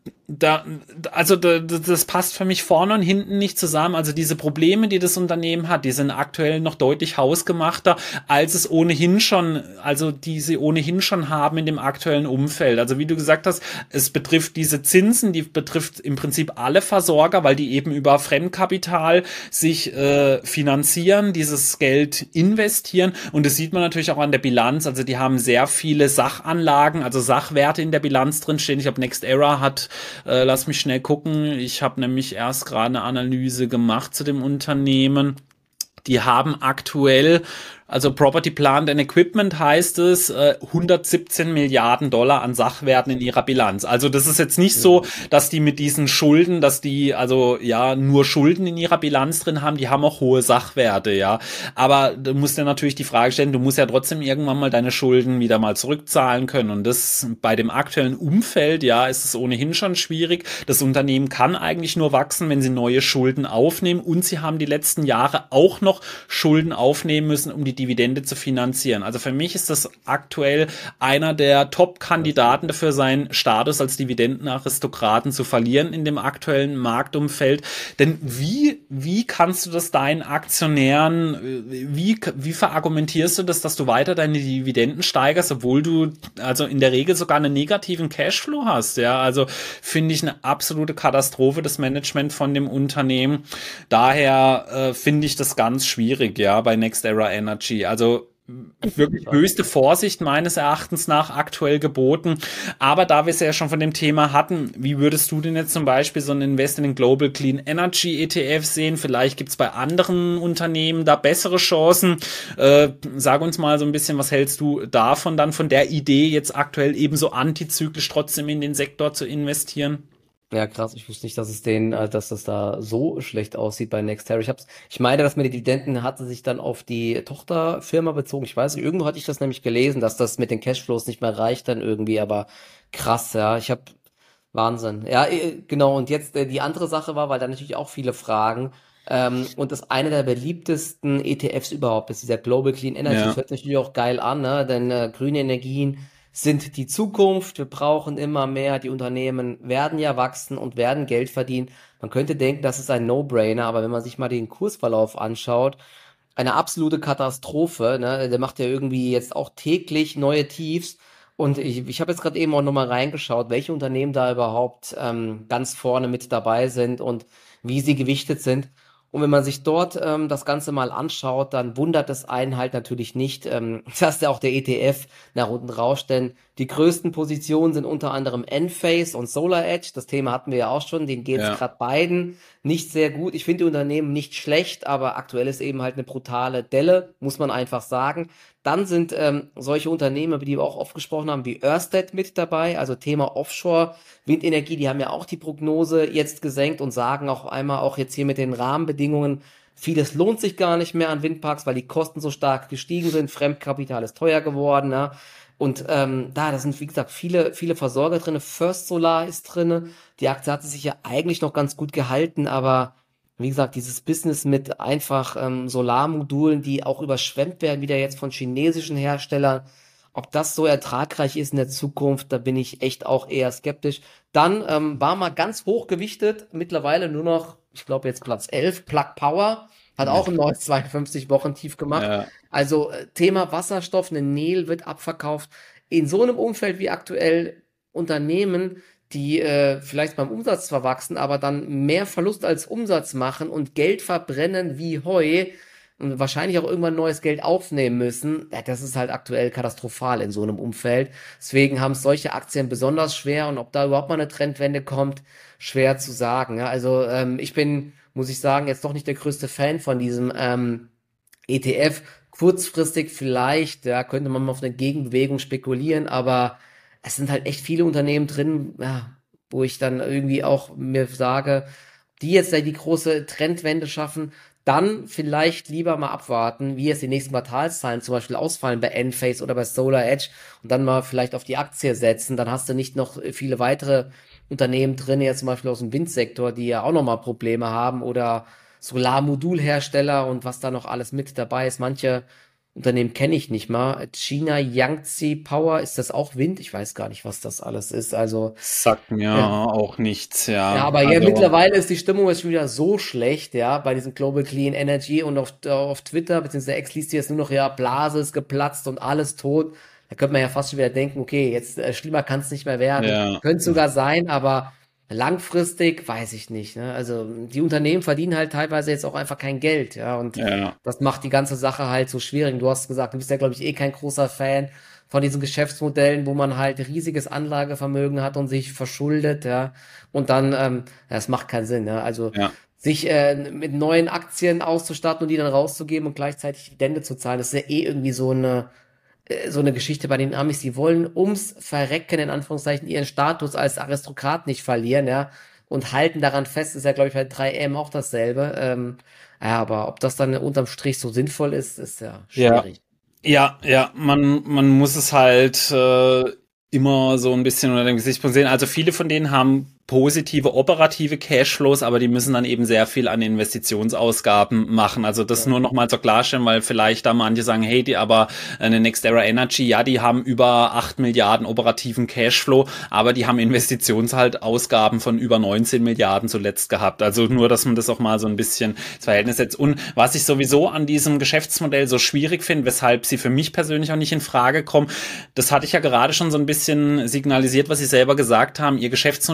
Da, also da, das passt für mich vorne und hinten nicht zusammen. Also diese Probleme, die das Unternehmen hat, die sind aktuell noch deutlich hausgemachter, als es ohnehin schon, also die sie ohnehin schon haben in dem aktuellen Umfeld. Also wie du gesagt hast, es betrifft diese Zinsen, die betrifft im Prinzip alle Versorger, weil die eben über Fremdkapital sich äh, finanzieren, dieses Geld investieren, und das sieht man natürlich auch an der Bilanz. Also die haben sehr viele Sachanlagen, also Sachwerte in der Bilanz drin stehen. Ich glaube, NextEra hat Äh, lass mich schnell gucken. Ich habe nämlich erst gerade eine Analyse gemacht zu dem Unternehmen. Die haben aktuell, also Property, Plant and Equipment heißt es, äh, hundertsiebzehn Milliarden Dollar an Sachwerten in ihrer Bilanz. Also das ist jetzt nicht so, dass die mit diesen Schulden, dass die also ja nur Schulden in ihrer Bilanz drin haben, die haben auch hohe Sachwerte, ja. Aber du musst dir natürlich die Frage stellen, du musst ja trotzdem irgendwann mal deine Schulden wieder mal zurückzahlen können. Und das bei dem aktuellen Umfeld, ja, ist es ohnehin schon schwierig. Das Unternehmen kann eigentlich nur wachsen, wenn sie neue Schulden aufnehmen, und sie haben die letzten Jahre auch noch Schulden aufnehmen müssen, um die Dividende zu finanzieren. Also für mich ist das aktuell einer der Top-Kandidaten dafür, seinen Status als Dividendenaristokraten zu verlieren in dem aktuellen Marktumfeld. Denn wie, wie kannst du das deinen Aktionären, wie, wie verargumentierst du das, dass du weiter deine Dividenden steigerst, obwohl du also in der Regel sogar einen negativen Cashflow hast? Ja, also finde ich eine absolute Katastrophe, das Management von dem Unternehmen. Daher äh, finde ich das ganz schwierig, ja, bei NextEra Energy. Also wirklich höchste Vorsicht meines Erachtens nach aktuell geboten. Aber da wir es ja schon von dem Thema hatten, wie würdest du denn jetzt zum Beispiel so ein Invest in den Global Clean Energy E T F sehen? Vielleicht gibt es bei anderen Unternehmen da bessere Chancen. Äh, sag uns mal so ein bisschen, was hältst du davon dann, von der Idee, jetzt aktuell ebenso antizyklisch trotzdem in den Sektor zu investieren? Ja, krass. Ich wusste nicht, dass es den, äh, dass das da so schlecht aussieht bei Nextera. Ich hab's, ich meine, dass mir die Dividenden hatte sich dann auf die Tochterfirma bezogen. Ich weiß nicht, irgendwo hatte ich das nämlich gelesen, dass das mit den Cashflows nicht mehr reicht dann irgendwie, aber krass, ja. Ich hab Wahnsinn. Ja, äh, genau. Und jetzt äh, die andere Sache war, weil da natürlich auch viele Fragen. Ähm, und das eine der beliebtesten E T Fs überhaupt ist dieser Global Clean Energy. Das Ja, hört sich natürlich auch geil an, ne? Denn äh, grüne Energien sind die Zukunft. Wir brauchen immer mehr. Die Unternehmen werden ja wachsen und werden Geld verdienen. Man könnte denken, das ist ein No-Brainer, aber wenn man sich mal den Kursverlauf anschaut, eine absolute Katastrophe. Ne? Der macht ja irgendwie jetzt auch täglich neue Tiefs. Und ich, ich habe jetzt gerade eben auch nochmal reingeschaut, welche Unternehmen da überhaupt ähm, ganz vorne mit dabei sind und wie sie gewichtet sind. Und wenn man sich dort ähm, das Ganze mal anschaut, dann wundert es einen halt natürlich nicht, ähm, dass ja auch der E T F nach unten rauscht, denn die größten Positionen sind unter anderem Enphase und SolarEdge. Das Thema hatten wir ja auch schon, denen geht es ja. gerade beiden nicht sehr gut. Ich finde die Unternehmen nicht schlecht, aber aktuell ist eben halt eine brutale Delle, muss man einfach sagen. Dann sind ähm, solche Unternehmen, über die wir auch oft gesprochen haben, wie Ørsted mit dabei, also Thema Offshore, Windenergie, die haben ja auch die Prognose jetzt gesenkt und sagen auch einmal auch jetzt hier mit den Rahmenbedingungen, vieles lohnt sich gar nicht mehr an Windparks, weil die Kosten so stark gestiegen sind, Fremdkapital ist teuer geworden, ne? Und ähm, da, da sind, wie gesagt, viele, viele Versorger drinne. First Solar ist drinne. Die Aktie hatte sich ja eigentlich noch ganz gut gehalten, aber wie gesagt, dieses Business mit einfach ähm, Solarmodulen, die auch überschwemmt werden, wieder jetzt von chinesischen Herstellern, ob das so ertragreich ist in der Zukunft, da bin ich echt auch eher skeptisch. Dann ähm, war mal ganz hoch gewichtet, mittlerweile nur noch, ich glaube jetzt Platz elf, Plug Power, hat auch ein neues zweiundfünfzig Wochen Tief gemacht. Ja. Also äh, Thema Wasserstoff, eine Nel wird abverkauft. In so einem Umfeld wie aktuell Unternehmen, die äh, vielleicht beim Umsatz zwar wachsen, aber dann mehr Verlust als Umsatz machen und Geld verbrennen wie Heu und wahrscheinlich auch irgendwann neues Geld aufnehmen müssen, ja, das ist halt aktuell katastrophal in so einem Umfeld. Deswegen haben es solche Aktien besonders schwer und ob da überhaupt mal eine Trendwende kommt, schwer zu sagen. Ja, also ähm, ich bin, muss ich sagen, jetzt doch nicht der größte Fan von diesem ähm, E T F. Kurzfristig vielleicht, ja, könnte man mal auf eine Gegenbewegung spekulieren, aber es sind halt echt viele Unternehmen drin, ja, wo ich dann irgendwie auch mir sage, die jetzt da die große Trendwende schaffen, dann vielleicht lieber mal abwarten, wie jetzt die nächsten Quartalszahlen zum Beispiel ausfallen bei Enphase oder bei SolarEdge und dann mal vielleicht auf die Aktie setzen. Dann hast du nicht noch viele weitere Unternehmen drin, jetzt zum Beispiel aus dem Windsektor, die ja auch nochmal Probleme haben oder Solarmodulhersteller und was da noch alles mit dabei ist. Manche Unternehmen kenne ich nicht mal. China Yangtze Power, ist das auch Wind? Ich weiß gar nicht, was das alles ist. Also, Sagt mir ja. auch nichts, Ja, ja. aber ja, Also, mittlerweile ist die Stimmung jetzt schon wieder so schlecht, ja, bei diesem Global Clean Energy und auf, auf Twitter, beziehungsweise X liest du jetzt nur noch, ja, Blase ist geplatzt und alles tot. Da könnte man ja fast schon wieder denken, okay, jetzt äh, schlimmer kann es nicht mehr werden. ja, Könnte sogar sein, aber langfristig weiß ich nicht, ne? Also die Unternehmen verdienen halt teilweise jetzt auch einfach kein Geld, ja, und ja. das macht die ganze Sache halt so schwierig. Du hast gesagt, du bist ja, glaube ich, eh kein großer Fan von diesen Geschäftsmodellen, wo man halt riesiges Anlagevermögen hat und sich verschuldet, ja, und dann, ähm, ja, das macht keinen Sinn, ja, also Ja. sich äh, mit neuen Aktien auszustatten und die dann rauszugeben und gleichzeitig Dividende zu zahlen, das ist ja eh irgendwie so eine äh, so eine Geschichte bei den Amis, die wollen ums Verrecken, in Anführungszeichen, ihren Status als Aristokrat nicht verlieren, ja, und halten daran fest, ist ja, glaube ich, bei drei M auch dasselbe, ähm, ja, aber ob das dann unterm Strich so sinnvoll ist, ist ja Ja. schwierig. Ja, ja, man, man muss es halt äh, immer so ein bisschen unter dem Gesichtspunkt sehen. Also viele von denen haben positive operative Cashflows, aber die müssen dann eben sehr viel an Investitionsausgaben machen. Also das Ja. nur noch mal zur Klarstellen, weil vielleicht da manche sagen, hey, die aber eine NextEra Energy, ja, die haben über acht Milliarden operativen Cashflow, aber die haben Investitionsausgaben von über neunzehn Milliarden zuletzt gehabt. Also nur, dass man das auch mal so ein bisschen ins Verhältnis setzt. Und was ich sowieso an diesem Geschäftsmodell so schwierig finde, weshalb sie für mich persönlich auch nicht in Frage kommen, das hatte ich ja gerade schon so ein bisschen signalisiert, was Sie selber gesagt haben. Ihr Geschäftsmodell funktioniert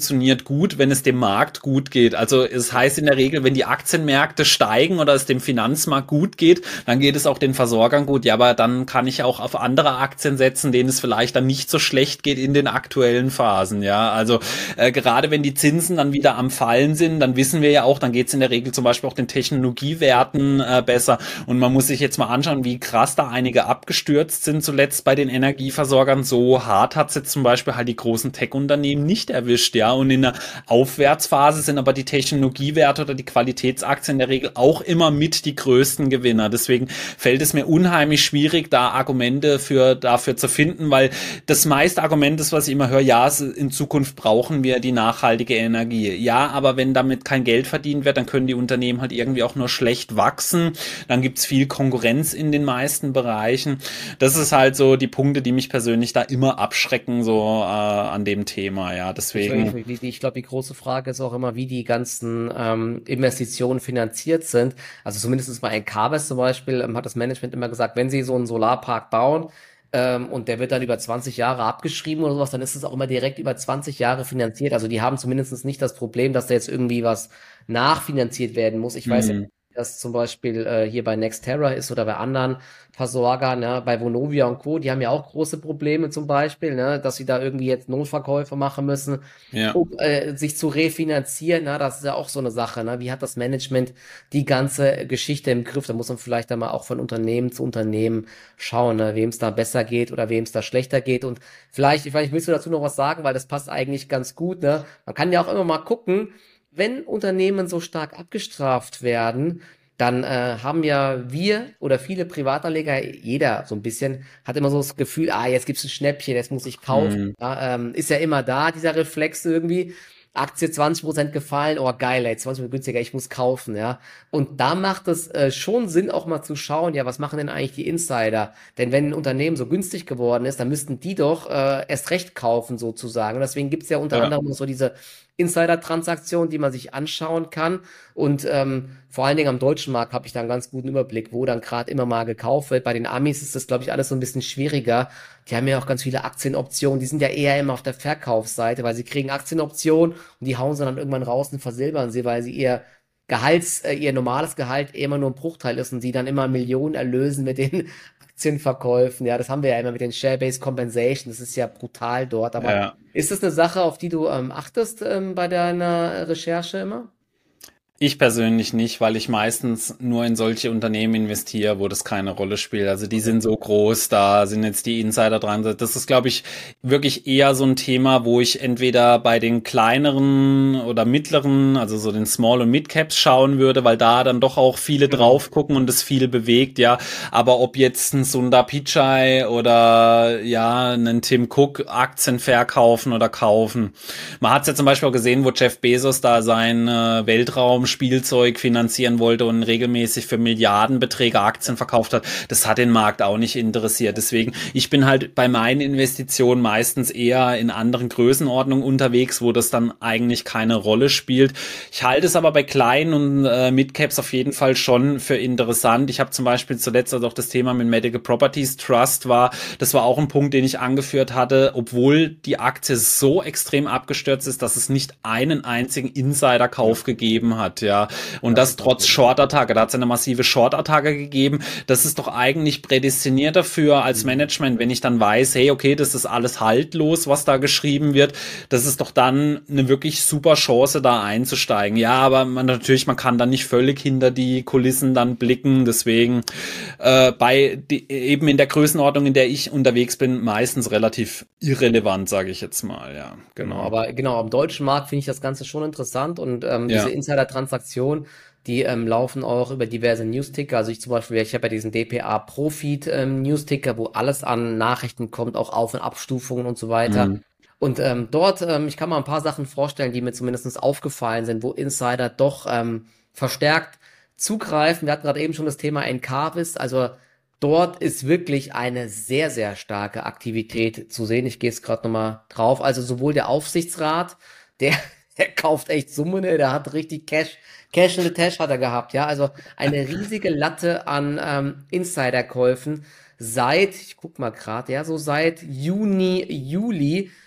funktioniert gut, wenn es dem Markt gut geht. Also es heißt in der Regel, wenn die Aktienmärkte steigen oder es dem Finanzmarkt gut geht, dann geht es auch den Versorgern gut. Ja, aber dann kann ich auch auf andere Aktien setzen, denen es vielleicht dann nicht so schlecht geht in den aktuellen Phasen. Ja, also äh, gerade wenn die Zinsen dann wieder am Fallen sind, dann wissen wir ja auch, dann geht es in der Regel zum Beispiel auch den Technologiewerten äh, besser. Und man muss sich jetzt mal anschauen, wie krass da einige abgestürzt sind zuletzt bei den Energieversorgern. So hart hat es jetzt zum Beispiel halt die großen Tech-Unternehmen nicht erwischt, ja. Und in der Aufwärtsphase sind aber die Technologiewerte oder die Qualitätsaktien in der Regel auch immer mit die größten Gewinner. Deswegen fällt es mir unheimlich schwierig, da Argumente für dafür zu finden, weil das meiste Argument ist, was ich immer höre, ja, in Zukunft brauchen wir die nachhaltige Energie. Ja, aber wenn damit kein Geld verdient wird, dann können die Unternehmen halt irgendwie auch nur schlecht wachsen. Dann gibt's viel Konkurrenz in den meisten Bereichen. Das ist halt so die Punkte, die mich persönlich da immer abschrecken, so äh, an dem Thema, ja, deswegen. Ich, ich, ich glaube, die große Frage ist auch immer, wie die ganzen ähm, Investitionen finanziert sind. Also zumindest mal in Encarvis zum Beispiel ähm, hat das Management immer gesagt, wenn sie so einen Solarpark bauen, ähm, und der wird dann über zwanzig Jahre abgeschrieben oder sowas, dann ist es auch immer direkt über zwanzig Jahre finanziert. Also die haben zumindest nicht das Problem, dass da jetzt irgendwie was nachfinanziert werden muss. Ich weiß ja, Hm, das zum Beispiel äh, hier bei Nextera ist oder bei anderen Versorgern, ne, bei Vonovia und Co., die haben ja auch große Probleme zum Beispiel, ne, dass sie da irgendwie jetzt Notverkäufe machen müssen, ja. um äh, sich zu refinanzieren. Ne, das ist ja auch so eine Sache. Ne, wie hat das Management die ganze Geschichte im Griff? Da muss man vielleicht dann mal auch von Unternehmen zu Unternehmen schauen, ne, wem es da besser geht oder wem es da schlechter geht. Und vielleicht, vielleicht willst du dazu noch was sagen, weil das passt eigentlich ganz gut. Ne? Man kann ja auch immer mal gucken, wenn Unternehmen so stark abgestraft werden, dann äh, haben ja wir oder viele Privatanleger, jeder so ein bisschen, hat immer so das Gefühl, ah, jetzt gibt's ein Schnäppchen, jetzt muss ich kaufen. Hm, Ja, ähm, ist ja immer da, dieser Reflex irgendwie. Aktie zwanzig Prozent gefallen, oh geil, ey, zwanzig Prozent günstiger, ich muss kaufen, ja. Und da macht es äh, schon Sinn, auch mal zu schauen, ja, was machen denn eigentlich die Insider? Denn wenn ein Unternehmen so günstig geworden ist, dann müssten die doch äh, erst recht kaufen, sozusagen. Und deswegen gibt's ja unter ja. anderem so diese Insider-Transaktionen, die man sich anschauen kann. Und ähm, vor allen Dingen am deutschen Markt habe ich da einen ganz guten Überblick, wo dann gerade immer mal gekauft wird. Bei den Amis ist das, glaube ich, alles so ein bisschen schwieriger. Die haben ja auch ganz viele Aktienoptionen. Die sind ja eher immer auf der Verkaufsseite, weil sie kriegen Aktienoptionen und die hauen sie dann irgendwann raus und versilbern sie, weil sie ihr Gehalts, äh, ihr normales Gehalt immer nur ein Bruchteil ist und sie dann immer Millionen erlösen mit den Aktienverkäufen. Ja, das haben wir ja immer mit den Share-Based Compensation. Das ist ja brutal dort. Aber Ja. ist das eine Sache, auf die du ähm, achtest ähm, bei deiner Recherche immer? Ich persönlich nicht, weil ich meistens nur in solche Unternehmen investiere, wo das keine Rolle spielt. Also die sind so groß, da sind jetzt die Insider dran. Das ist, glaube ich, wirklich eher so ein Thema, wo ich entweder bei den kleineren oder mittleren, also so den Small- und Mid-Caps schauen würde, weil da dann doch auch viele Genau. drauf gucken und es viel bewegt, ja. Aber ob jetzt ein Sundar Pichai oder ja, einen Tim Cook Aktien verkaufen oder kaufen. Man hat es ja zum Beispiel auch gesehen, wo Jeff Bezos da sein äh, Weltraum Spielzeug finanzieren wollte und regelmäßig für Milliardenbeträge Aktien verkauft hat, das hat den Markt auch nicht interessiert. Deswegen, ich bin halt bei meinen Investitionen meistens eher in anderen Größenordnungen unterwegs, wo das dann eigentlich keine Rolle spielt. Ich halte es aber bei kleinen und äh, Midcaps auf jeden Fall schon für interessant. Ich habe zum Beispiel zuletzt also auch das Thema mit Medical Properties Trust war, das war auch ein Punkt, den ich angeführt hatte, obwohl die Aktie so extrem abgestürzt ist, dass es nicht einen einzigen Insiderkauf gegeben hat. Ja, und Das das ist auch trotz Short-Attacke. Da hat es eine massive Short-Attacke gegeben. Das ist doch eigentlich prädestiniert dafür als Management, wenn ich dann weiß, hey, okay, das ist alles haltlos, was da geschrieben wird. Das ist doch dann eine wirklich super Chance, da einzusteigen. Ja, aber man, natürlich, man kann dann nicht völlig hinter die Kulissen dann blicken. Deswegen äh, bei die, eben in der Größenordnung, in der ich unterwegs bin, meistens relativ irrelevant, sage ich jetzt mal. Ja, genau, genau. aber genau, am deutschen Markt finde ich das Ganze schon interessant und ähm, diese Ja. Insider-Transaktionen, die ähm, laufen auch über diverse Newsticker. Also ich zum Beispiel, ich habe ja diesen D P A Profit ähm, Newsticker, wo alles an Nachrichten kommt, auch Auf- und Abstufungen und so weiter. Mhm. Und ähm, dort, ähm, ich kann mal ein paar Sachen vorstellen, die mir zumindest aufgefallen sind, wo Insider doch ähm, verstärkt zugreifen. Wir hatten gerade eben schon das Thema Encarvis, also dort ist wirklich eine sehr, sehr starke Aktivität zu sehen. Ich gehe jetzt gerade nochmal drauf. Also sowohl der Aufsichtsrat, der, der kauft echt Summen, ne? Der hat richtig Cash, Cash in the Tash hat er gehabt, ja. Also eine riesige Latte an ähm, Insiderkäufen seit, ich guck mal gerade, ja, so seit Juni, Juli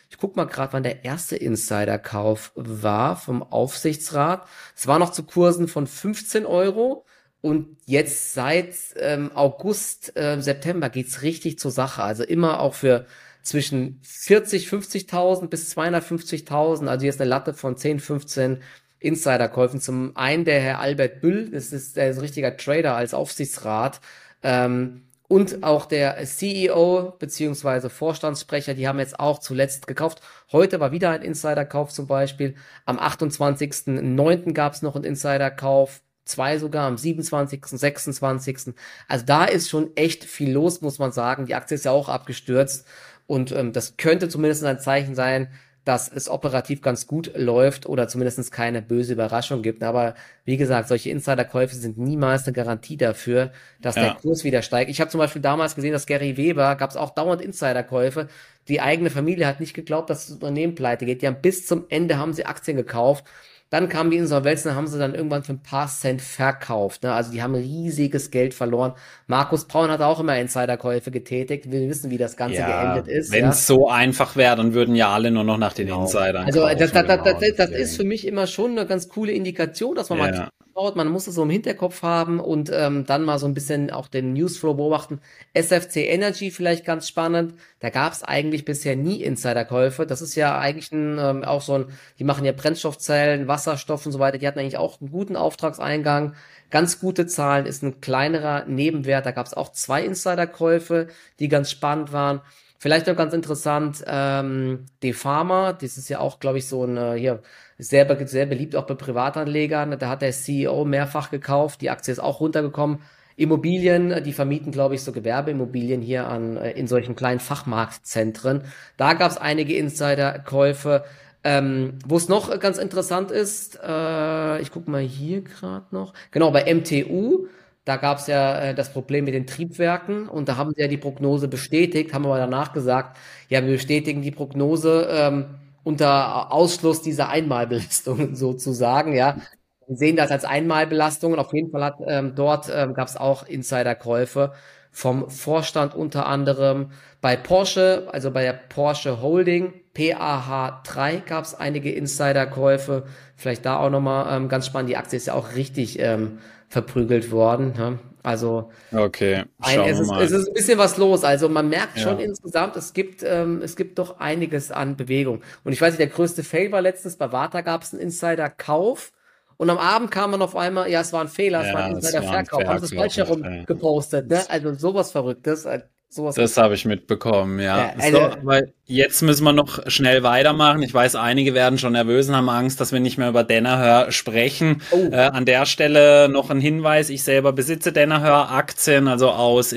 Ich guck mal gerade, wann der erste Insiderkauf war vom Aufsichtsrat. Es war noch zu Kursen von fünfzehn Euro. Und jetzt seit ähm, August, äh, September geht's richtig zur Sache. Also immer auch für zwischen vierzig, fünfzigtausend bis zweihundertfünfzigtausend. Also hier ist eine Latte von zehn, fünfzehn Insiderkäufen. Zum einen der Herr Albert Büll, das ist, der ist ein richtiger Trader als Aufsichtsrat. Ähm, und auch der C E O beziehungsweise Vorstandssprecher, die haben jetzt auch zuletzt gekauft. Heute war wieder ein Insiderkauf zum Beispiel. Am achtundzwanzigsten neunten gab es noch einen Insiderkauf. Zwei sogar am siebenundzwanzigsten, sechsundzwanzigsten Also da ist schon echt viel los, muss man sagen. Die Aktie ist ja auch abgestürzt und ähm, das könnte zumindest ein Zeichen sein, dass es operativ ganz gut läuft oder zumindest keine böse Überraschung gibt. Aber wie gesagt, solche Insiderkäufe sind niemals eine Garantie dafür, dass ja. der Kurs wieder steigt. Ich habe zum Beispiel damals gesehen, dass Gary Weber, gab es auch dauernd Insiderkäufe. Die eigene Familie hat nicht geglaubt, dass das Unternehmen pleite geht. Die haben bis zum Ende haben sie Aktien gekauft. Dann kamen die Insolvenzen, haben sie dann irgendwann für ein paar Cent verkauft. Ne? Also die haben riesiges Geld verloren. Markus Braun hat auch immer Insiderkäufe getätigt. Wir wissen, wie das Ganze ja, geendet ist. Wenn es ja. so einfach wäre, dann würden ja alle nur noch nach den genau. Insidern Also kaufen, das, das, genau. das, das, das ist für mich immer schon eine ganz coole Indikation, dass man ja. mal schaut. Man muss es so im Hinterkopf haben und ähm, dann mal so ein bisschen auch den Newsflow beobachten. S F C Energy vielleicht ganz spannend. Da gab es eigentlich bisher nie Insiderkäufe. Das ist ja eigentlich ein, ähm, auch so ein, die machen ja Brennstoffzellen, Wasserstoff und so weiter. Die hatten eigentlich auch einen guten Auftragseingang. Ganz gute Zahlen, ist ein kleinerer Nebenwert. Da gab es auch zwei Insiderkäufe, die ganz spannend waren. Vielleicht noch ganz interessant, ähm, DeFarma, das ist ja auch, glaube ich, so ein, äh, hier, sehr, sehr beliebt auch bei Privatanlegern. Da hat der C E O mehrfach gekauft. Die Aktie ist auch runtergekommen. Immobilien, die vermieten, glaube ich, so Gewerbeimmobilien hier an in solchen kleinen Fachmarktzentren. Da gab es einige Insiderkäufe. Ähm, wo es noch ganz interessant ist, äh, ich gucke mal hier gerade noch, genau, bei M T U, da gab es ja äh, das Problem mit den Triebwerken und da haben sie ja die Prognose bestätigt, haben aber danach gesagt, ja, wir bestätigen die Prognose ähm, unter Ausschluss dieser Einmalbelastungen sozusagen, ja. Wir sehen das als Einmalbelastung und auf jeden Fall hat ähm, dort ähm, gab es auch Insiderkäufe vom Vorstand unter anderem. Bei Porsche, also bei der Porsche Holding, P A H drei gab es einige Insiderkäufe. Vielleicht da auch nochmal ähm, ganz spannend. Die Aktie ist ja auch richtig ähm, verprügelt worden. Ja? Also okay, ein, es, ist, es ist ein bisschen was los. Also man merkt ja. schon insgesamt, es gibt ähm, es gibt doch einiges an Bewegung. Und ich weiß nicht, der größte Fail war letztens, bei Warta gab es einen Insiderkauf. Und am Abend kam man auf einmal, ja, es war ein Fehler, es ja, war ein Insider-Verkauf, haben es falsch herum ja. gepostet, ne? Also sowas Verrücktes. Sowas das habe ich mitbekommen, ja. ja also, so, aber jetzt müssen wir noch schnell weitermachen. Ich weiß, einige werden schon nervös und haben Angst, dass wir nicht mehr über Danaher sprechen. Oh. Äh, an der Stelle noch ein Hinweis. Ich selber besitze Danaher-Aktien, also aus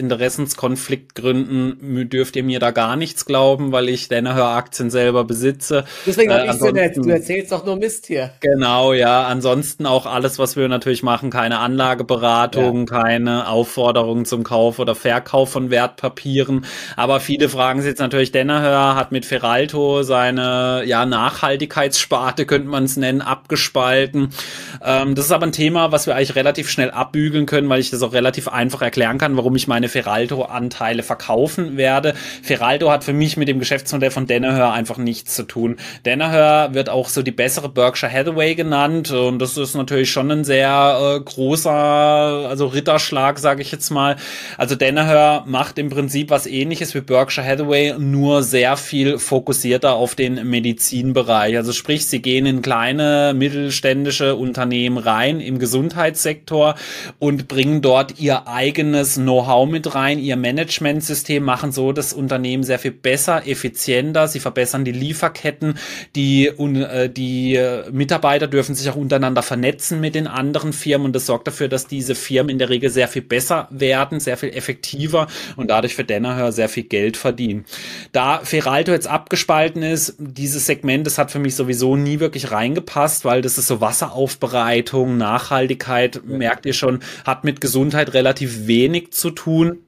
Interessenskonfliktgründen dürft ihr mir da gar nichts glauben, weil ich Danaher-Aktien selber besitze. Deswegen habe äh, ich so nett. Du erzählst doch nur Mist hier. Genau, ja. Ansonsten auch alles, was wir natürlich machen, keine Anlageberatung, ja. keine Aufforderung zum Kauf oder Verkauf von Wertpapieren. Aber viele fragen sich jetzt natürlich, Danaher hat mit Feralto seine ja Nachhaltigkeitssparte, könnte man es nennen, abgespalten. Ähm, das ist aber ein Thema, was wir eigentlich relativ schnell abbügeln können, weil ich das auch relativ einfach erklären kann, warum ich meine Feralto-Anteile verkaufen werde. Feralto hat für mich mit dem Geschäftsmodell von Danaher einfach nichts zu tun. Danaher wird auch so die bessere Berkshire Hathaway genannt und das ist natürlich schon ein sehr äh, großer, also Ritterschlag, sage ich jetzt mal. Also Danaher macht im Prinzip was Ähnliches wie Berkshire Hathaway, nur sehr viel fokussierter auf den Medizinbereich. Also sprich, sie gehen in kleine mittelständische Unternehmen rein im Gesundheitssektor und bringen dort ihr eigenes Know-how mit rein, ihr Managementsystem, machen so das Unternehmen sehr viel besser, effizienter. Sie verbessern die Lieferketten, die, uh, die Mitarbeiter dürfen sich auch untereinander vernetzen mit den anderen Firmen und das sorgt dafür, dass diese Firmen in der Regel sehr viel besser werden, sehr viel effektiver und dadurch für Danaher sehr viel Geld verdienen. Da Feralto jetzt abgespalten ist, dieses Segment, das hat für mich sowieso nie wirklich reingepasst, weil das ist so Wasseraufbereitung, Nachhaltigkeit, merkt ihr schon, hat mit Gesundheit relativ wenig zu tun.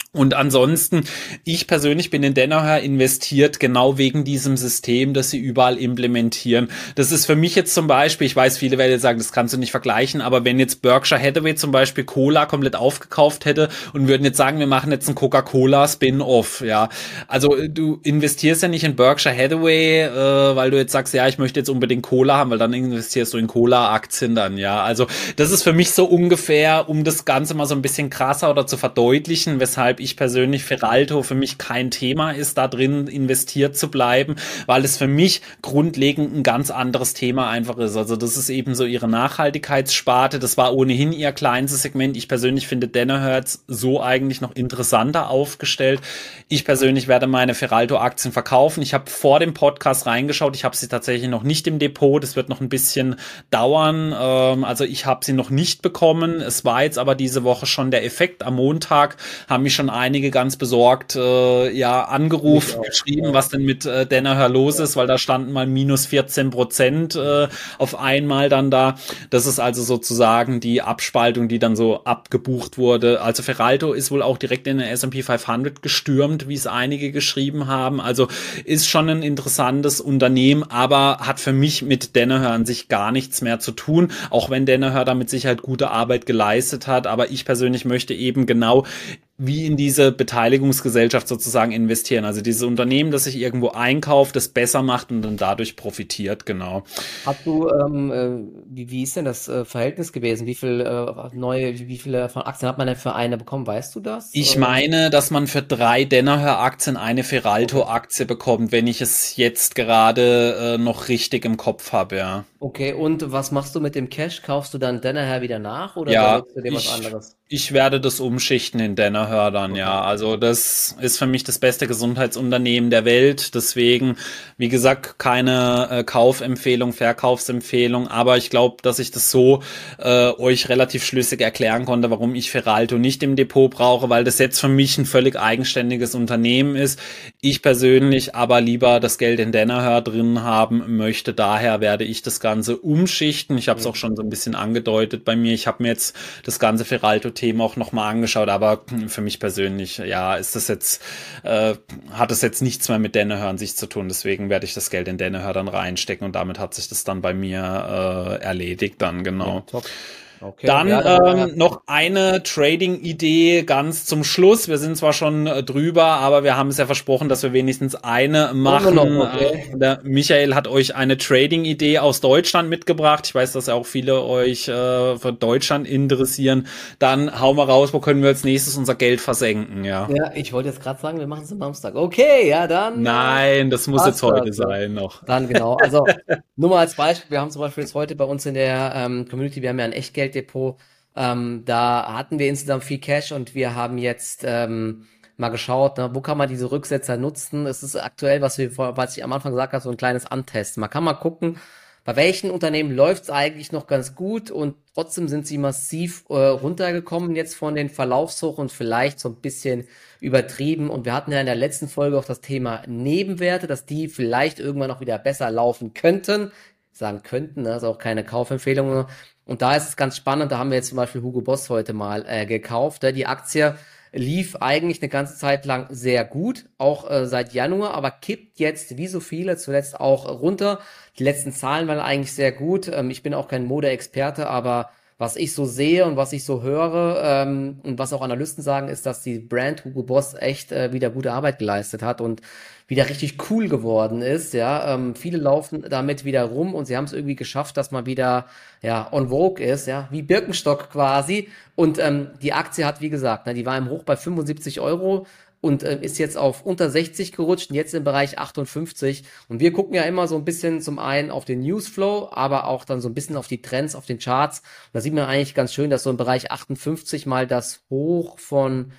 Und ansonsten, ich persönlich bin in Danaher investiert, genau wegen diesem System, das sie überall implementieren. Das ist für mich jetzt zum Beispiel, ich weiß, viele werden jetzt sagen, das kannst du nicht vergleichen, aber wenn jetzt Berkshire Hathaway zum Beispiel Cola komplett aufgekauft hätte und würden jetzt sagen, wir machen jetzt einen Coca-Cola-Spin-Off, ja. Also du investierst ja nicht in Berkshire Hathaway, äh, weil du jetzt sagst, ja, ich möchte jetzt unbedingt Cola haben, weil dann investierst du in Cola-Aktien dann, ja. Also das ist für mich so ungefähr, um das Ganze mal so ein bisschen krasser oder zu verdeutlichen, weshalb ich persönlich Feralto für mich kein Thema ist, da drin investiert zu bleiben, weil es für mich grundlegend ein ganz anderes Thema einfach ist. Also das ist eben so ihre Nachhaltigkeitssparte. Das war ohnehin ihr kleinstes Segment. Ich persönlich finde Danaher so eigentlich noch interessanter aufgestellt. Ich persönlich werde meine Feralto-Aktien verkaufen. Ich habe vor dem Podcast reingeschaut. Ich habe sie tatsächlich noch nicht im Depot. Das wird noch ein bisschen dauern. Ähm, also ich habe sie noch nicht bekommen. Es war jetzt aber diese Woche schon der Effekt. Am Montag haben mich schon einige ganz besorgt äh, ja angerufen, geschrieben, was denn mit äh, Danaher los ist, weil da standen mal minus vierzehn Prozent äh, auf einmal dann da. Das ist also sozusagen die Abspaltung, die dann so abgebucht wurde. Also Feralto ist wohl auch direkt in den S und P fünfhundert gestürmt, wie es einige geschrieben haben. Also ist schon ein interessantes Unternehmen, aber hat für mich mit Danaher an sich gar nichts mehr zu tun, auch wenn Danaher da mit Sicherheit gute Arbeit geleistet hat. Aber ich persönlich möchte eben genau wie in diese Beteiligungsgesellschaft sozusagen investieren. Also dieses Unternehmen, das sich irgendwo einkauft, das besser macht und dann dadurch profitiert, genau. Hast du, ähm, äh, wie, wie ist denn das äh, Verhältnis gewesen? Wie viel äh, neue, wie, wie viele von Aktien hat man denn für eine bekommen? Weißt du das? Ich Oder? meine, dass man für drei Danaher-Aktien eine Feralto-Aktie bekommt, wenn ich es jetzt gerade äh, noch richtig im Kopf habe, ja. Okay, und was machst du mit dem Cash? Kaufst du dann Danaher wieder nach oder Ja, überlegst du dir was ich, anderes? ich werde das umschichten in Danaher dann, Okay. ja. Also das ist für mich das beste Gesundheitsunternehmen der Welt. Deswegen, wie gesagt, keine äh, Kaufempfehlung, Verkaufsempfehlung. Aber ich glaube, dass ich das so äh, euch relativ schlüssig erklären konnte, warum ich Feralto nicht im Depot brauche, weil das jetzt für mich ein völlig eigenständiges Unternehmen ist. Ich persönlich aber lieber das Geld in Danaher drin haben möchte. Daher werde ich das Ganze umschichten. Ich habe es auch schon so ein bisschen angedeutet bei mir. Ich habe mir jetzt das ganze Feralto-Thema auch nochmal angeschaut, aber für mich persönlich, ja, ist das jetzt, äh, hat es jetzt nichts mehr mit Danaher an sich zu tun. Deswegen werde ich das Geld in Danaher dann reinstecken und damit hat sich das dann bei mir äh, erledigt dann, genau. Ja, top. Okay, Dann ja, dann, ähm, noch eine Trading-Idee ganz zum Schluss. Wir sind zwar schon äh, drüber, aber wir haben es ja versprochen, dass wir wenigstens eine machen. noch, okay. Äh, der Michael hat euch eine Trading-Idee aus Deutschland mitgebracht. Ich weiß, dass ja auch viele euch äh, für Deutschland interessieren. Dann hauen wir raus, wo können wir als nächstes unser Geld versenken, ja. Ja, ich wollte jetzt gerade sagen, wir machen es am Samstag. Okay, ja, dann. Nein, das muss jetzt passt heute das. sein noch. Dann genau. Also nur mal als Beispiel, wir haben zum Beispiel jetzt heute bei uns in der ähm, Community, wir haben ja ein Echtgelddepot, ähm, da hatten wir insgesamt viel Cash und wir haben jetzt ähm, mal geschaut, ne, wo kann man diese Rücksetzer nutzen. Es ist aktuell, was wir vor, was ich am Anfang gesagt habe, so ein kleines Antesten. Man kann mal gucken, bei welchen Unternehmen läuft es eigentlich noch ganz gut und trotzdem sind sie massiv äh, runtergekommen jetzt von den Verlaufshoch und vielleicht so ein bisschen übertrieben. Und wir hatten ja in der letzten Folge auch das Thema Nebenwerte, dass die vielleicht irgendwann noch wieder besser laufen könnten. Sagen könnten, ne? Das ist auch keine Kaufempfehlung. Und da ist es ganz spannend, da haben wir jetzt zum Beispiel Hugo Boss heute mal äh, gekauft. Die Aktie lief eigentlich eine ganze Zeit lang sehr gut, auch äh, seit Januar, aber kippt jetzt, wie so viele, zuletzt auch runter. Die letzten Zahlen waren eigentlich sehr gut. Ähm, ich bin auch kein Modeexperte, aber was ich so sehe und was ich so höre ähm, und was auch Analysten sagen, ist, dass die Brand Hugo Boss echt äh, wieder gute Arbeit geleistet hat und wieder richtig cool geworden ist. Ja, ähm, viele laufen damit wieder rum und sie haben es irgendwie geschafft, dass man wieder ja on vogue ist, ja, wie Birkenstock quasi. Und ähm, die Aktie hat, wie gesagt, ne, die war im Hoch bei fünfundsiebzig Euro. Und äh, ist jetzt auf unter sechzig gerutscht und jetzt im Bereich achtundfünfzig. Und wir gucken ja immer so ein bisschen zum einen auf den Newsflow, aber auch dann so ein bisschen auf die Trends, auf den Charts. Und da sieht man eigentlich ganz schön, dass so im Bereich achtundfünfzig mal das Hoch von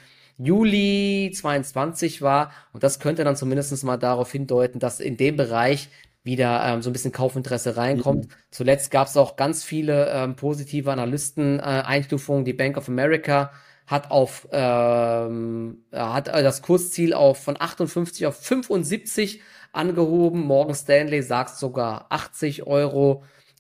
Juli zweiundzwanzig war. Und das könnte dann zumindest mal darauf hindeuten, dass in dem Bereich wieder ähm, so ein bisschen Kaufinteresse reinkommt. Mhm. Zuletzt gab es auch ganz viele ähm, positive Analysten-Einstufungen. Äh, die Bank of America hat auf ähm, hat das Kursziel auf von achtundfünfzig auf fünfundsiebzig angehoben. Morgan Stanley sagt sogar achtzig Euro.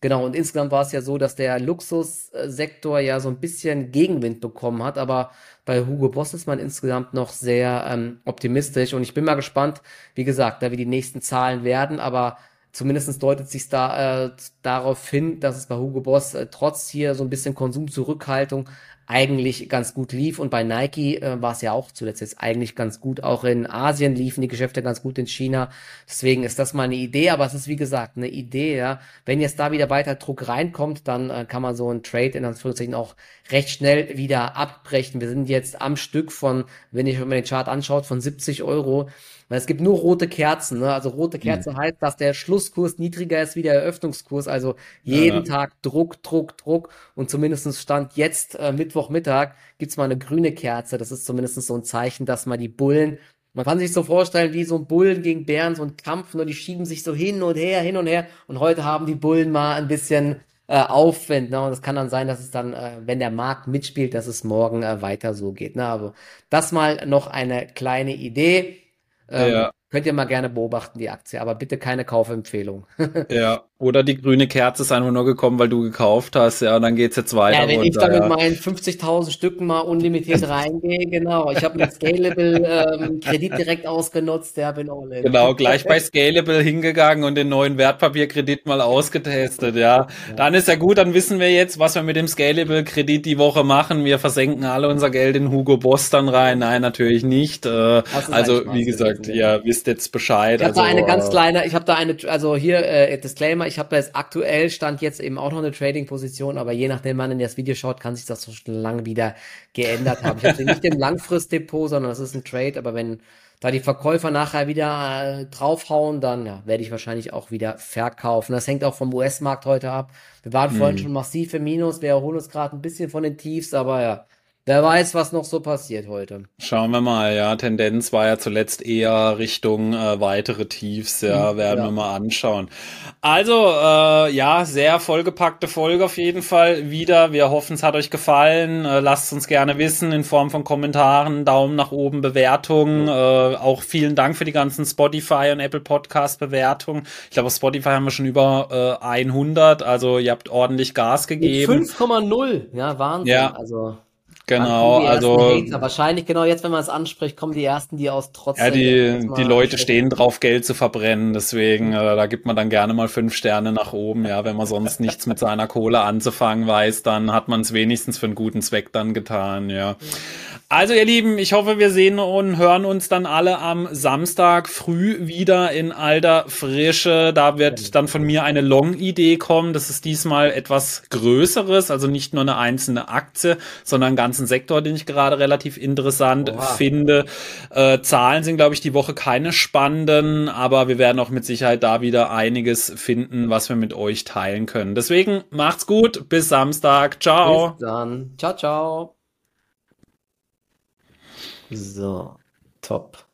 Genau, und insgesamt war es ja so, dass der Luxussektor ja so ein bisschen Gegenwind bekommen hat, aber bei Hugo Boss ist man insgesamt noch sehr ähm, optimistisch und ich bin mal gespannt, wie gesagt, da wie die nächsten Zahlen werden, aber zumindest deutet sich da äh, darauf hin, dass es bei Hugo Boss äh, trotz hier so ein bisschen Konsumzurückhaltung eigentlich ganz gut lief und bei Nike äh, war es ja auch zuletzt jetzt eigentlich ganz gut. Auch in Asien liefen die Geschäfte ganz gut, in China. Deswegen ist das mal eine Idee, aber es ist wie gesagt eine Idee, ja. Wenn jetzt da wieder weiter Druck reinkommt, dann äh, kann man so einen Trade in Anführungszeichen auch recht schnell wieder abbrechen. Wir sind jetzt am Stück von, wenn ich mir den Chart anschaut, von siebzig Euro. Weil es gibt nur rote Kerzen, ne? Also rote Kerze Hm. heißt, dass der Schlusskurs niedriger ist wie der Eröffnungskurs. Also jeden Ja, Tag Druck, Druck, Druck. Und zumindest Stand jetzt, äh, Mittwochmittag, gibt's mal eine grüne Kerze. Das ist zumindest so ein Zeichen, dass mal die Bullen, man kann sich so vorstellen, wie so ein Bullen gegen Bären, so ein Kampf, nur die schieben sich so hin und her, hin und her. Und heute haben die Bullen mal ein bisschen äh, Aufwind, ne? Und es kann dann sein, dass es dann, äh, wenn der Markt mitspielt, dass es morgen äh, weiter so geht, ne? Aber das mal noch eine kleine Idee. Ähm, ja. könnt ihr mal gerne beobachten, die Aktie, aber bitte keine Kaufempfehlung. Ja, oder die grüne Kerze ist einfach nur gekommen, weil du gekauft hast, ja, und dann geht's jetzt weiter Ja, wenn ich da runter, mit ja. meinen fünfzigtausend Stücken mal unlimitiert reingehe, genau. Ich habe mit Scalable ähm, Kredit direkt ausgenutzt, der bin all in. Genau, gleich bei Scalable hingegangen und den neuen Wertpapierkredit mal ausgetestet, ja. Ja, Dann ist ja gut, dann wissen wir jetzt, was wir mit dem Scalable-Kredit die Woche machen. Wir versenken alle unser Geld in Hugo Boss dann rein. Nein, natürlich nicht. Äh, das ist ein Also, wie Spaß gesagt, gewesen, genau. ihr wisst jetzt Bescheid. Ich habe da eine ganz Also, kleine, ich habe da eine, also hier äh, Disclaimer, ich habe da jetzt aktuell stand jetzt eben auch noch eine Trading-Position, aber je nachdem, wann in das Video schaut, kann sich das so schon lange wieder geändert haben. Ich habe sie nicht im Langfristdepot, sondern das ist ein Trade, aber wenn da die Verkäufer nachher wieder äh, draufhauen, dann ja, werde ich wahrscheinlich auch wieder verkaufen. Das hängt auch vom U S-Markt heute ab. Wir waren äh, vorhin hm. schon massiv im Minus, wir erholen uns gerade ein bisschen von den Tiefs, aber ja, wer weiß, was noch so passiert heute. Schauen wir mal, ja. Tendenz war ja zuletzt eher Richtung äh, weitere Tiefs, ja, werden wir Ja. mal anschauen. Also, äh, ja, sehr vollgepackte Folge auf jeden Fall wieder. Wir hoffen, es hat euch gefallen. Äh, lasst uns gerne wissen in Form von Kommentaren, Daumen nach oben, Bewertungen. Äh, auch vielen Dank für die ganzen Spotify und Apple Podcast Bewertungen. Ich glaube, auf Spotify haben wir schon über äh, hundert, also ihr habt ordentlich Gas Mit gegeben. fünf Komma null, ja, Wahnsinn. Ja, Also, wann kommen genau, die ersten also Hater? Wahrscheinlich genau jetzt, wenn man es anspricht, kommen die ersten, die aus Trotz ja, äh, jetzt die, die erstmal Leute schlecht. stehen drauf, Geld zu verbrennen. Deswegen, äh, da gibt man dann gerne mal fünf Sterne nach oben. Ja, wenn man sonst nichts mit seiner Kohle anzufangen weiß, dann hat man es wenigstens für einen guten Zweck dann getan. Ja. Also, ihr Lieben, ich hoffe, wir sehen und hören uns dann alle am Samstag früh wieder in alter Frische. Da wird dann von mir eine Long-Idee kommen. Das ist diesmal etwas Größeres, also nicht nur eine einzelne Aktie, sondern einen ganzen Sektor, den ich gerade relativ interessant Oha. finde. Äh, Zahlen sind, glaube ich, die Woche keine spannenden, aber wir werden auch mit Sicherheit da wieder einiges finden, was wir mit euch teilen können. Deswegen macht's gut, bis Samstag. Bis Ciao. dann. Ciao, ciao. So, top.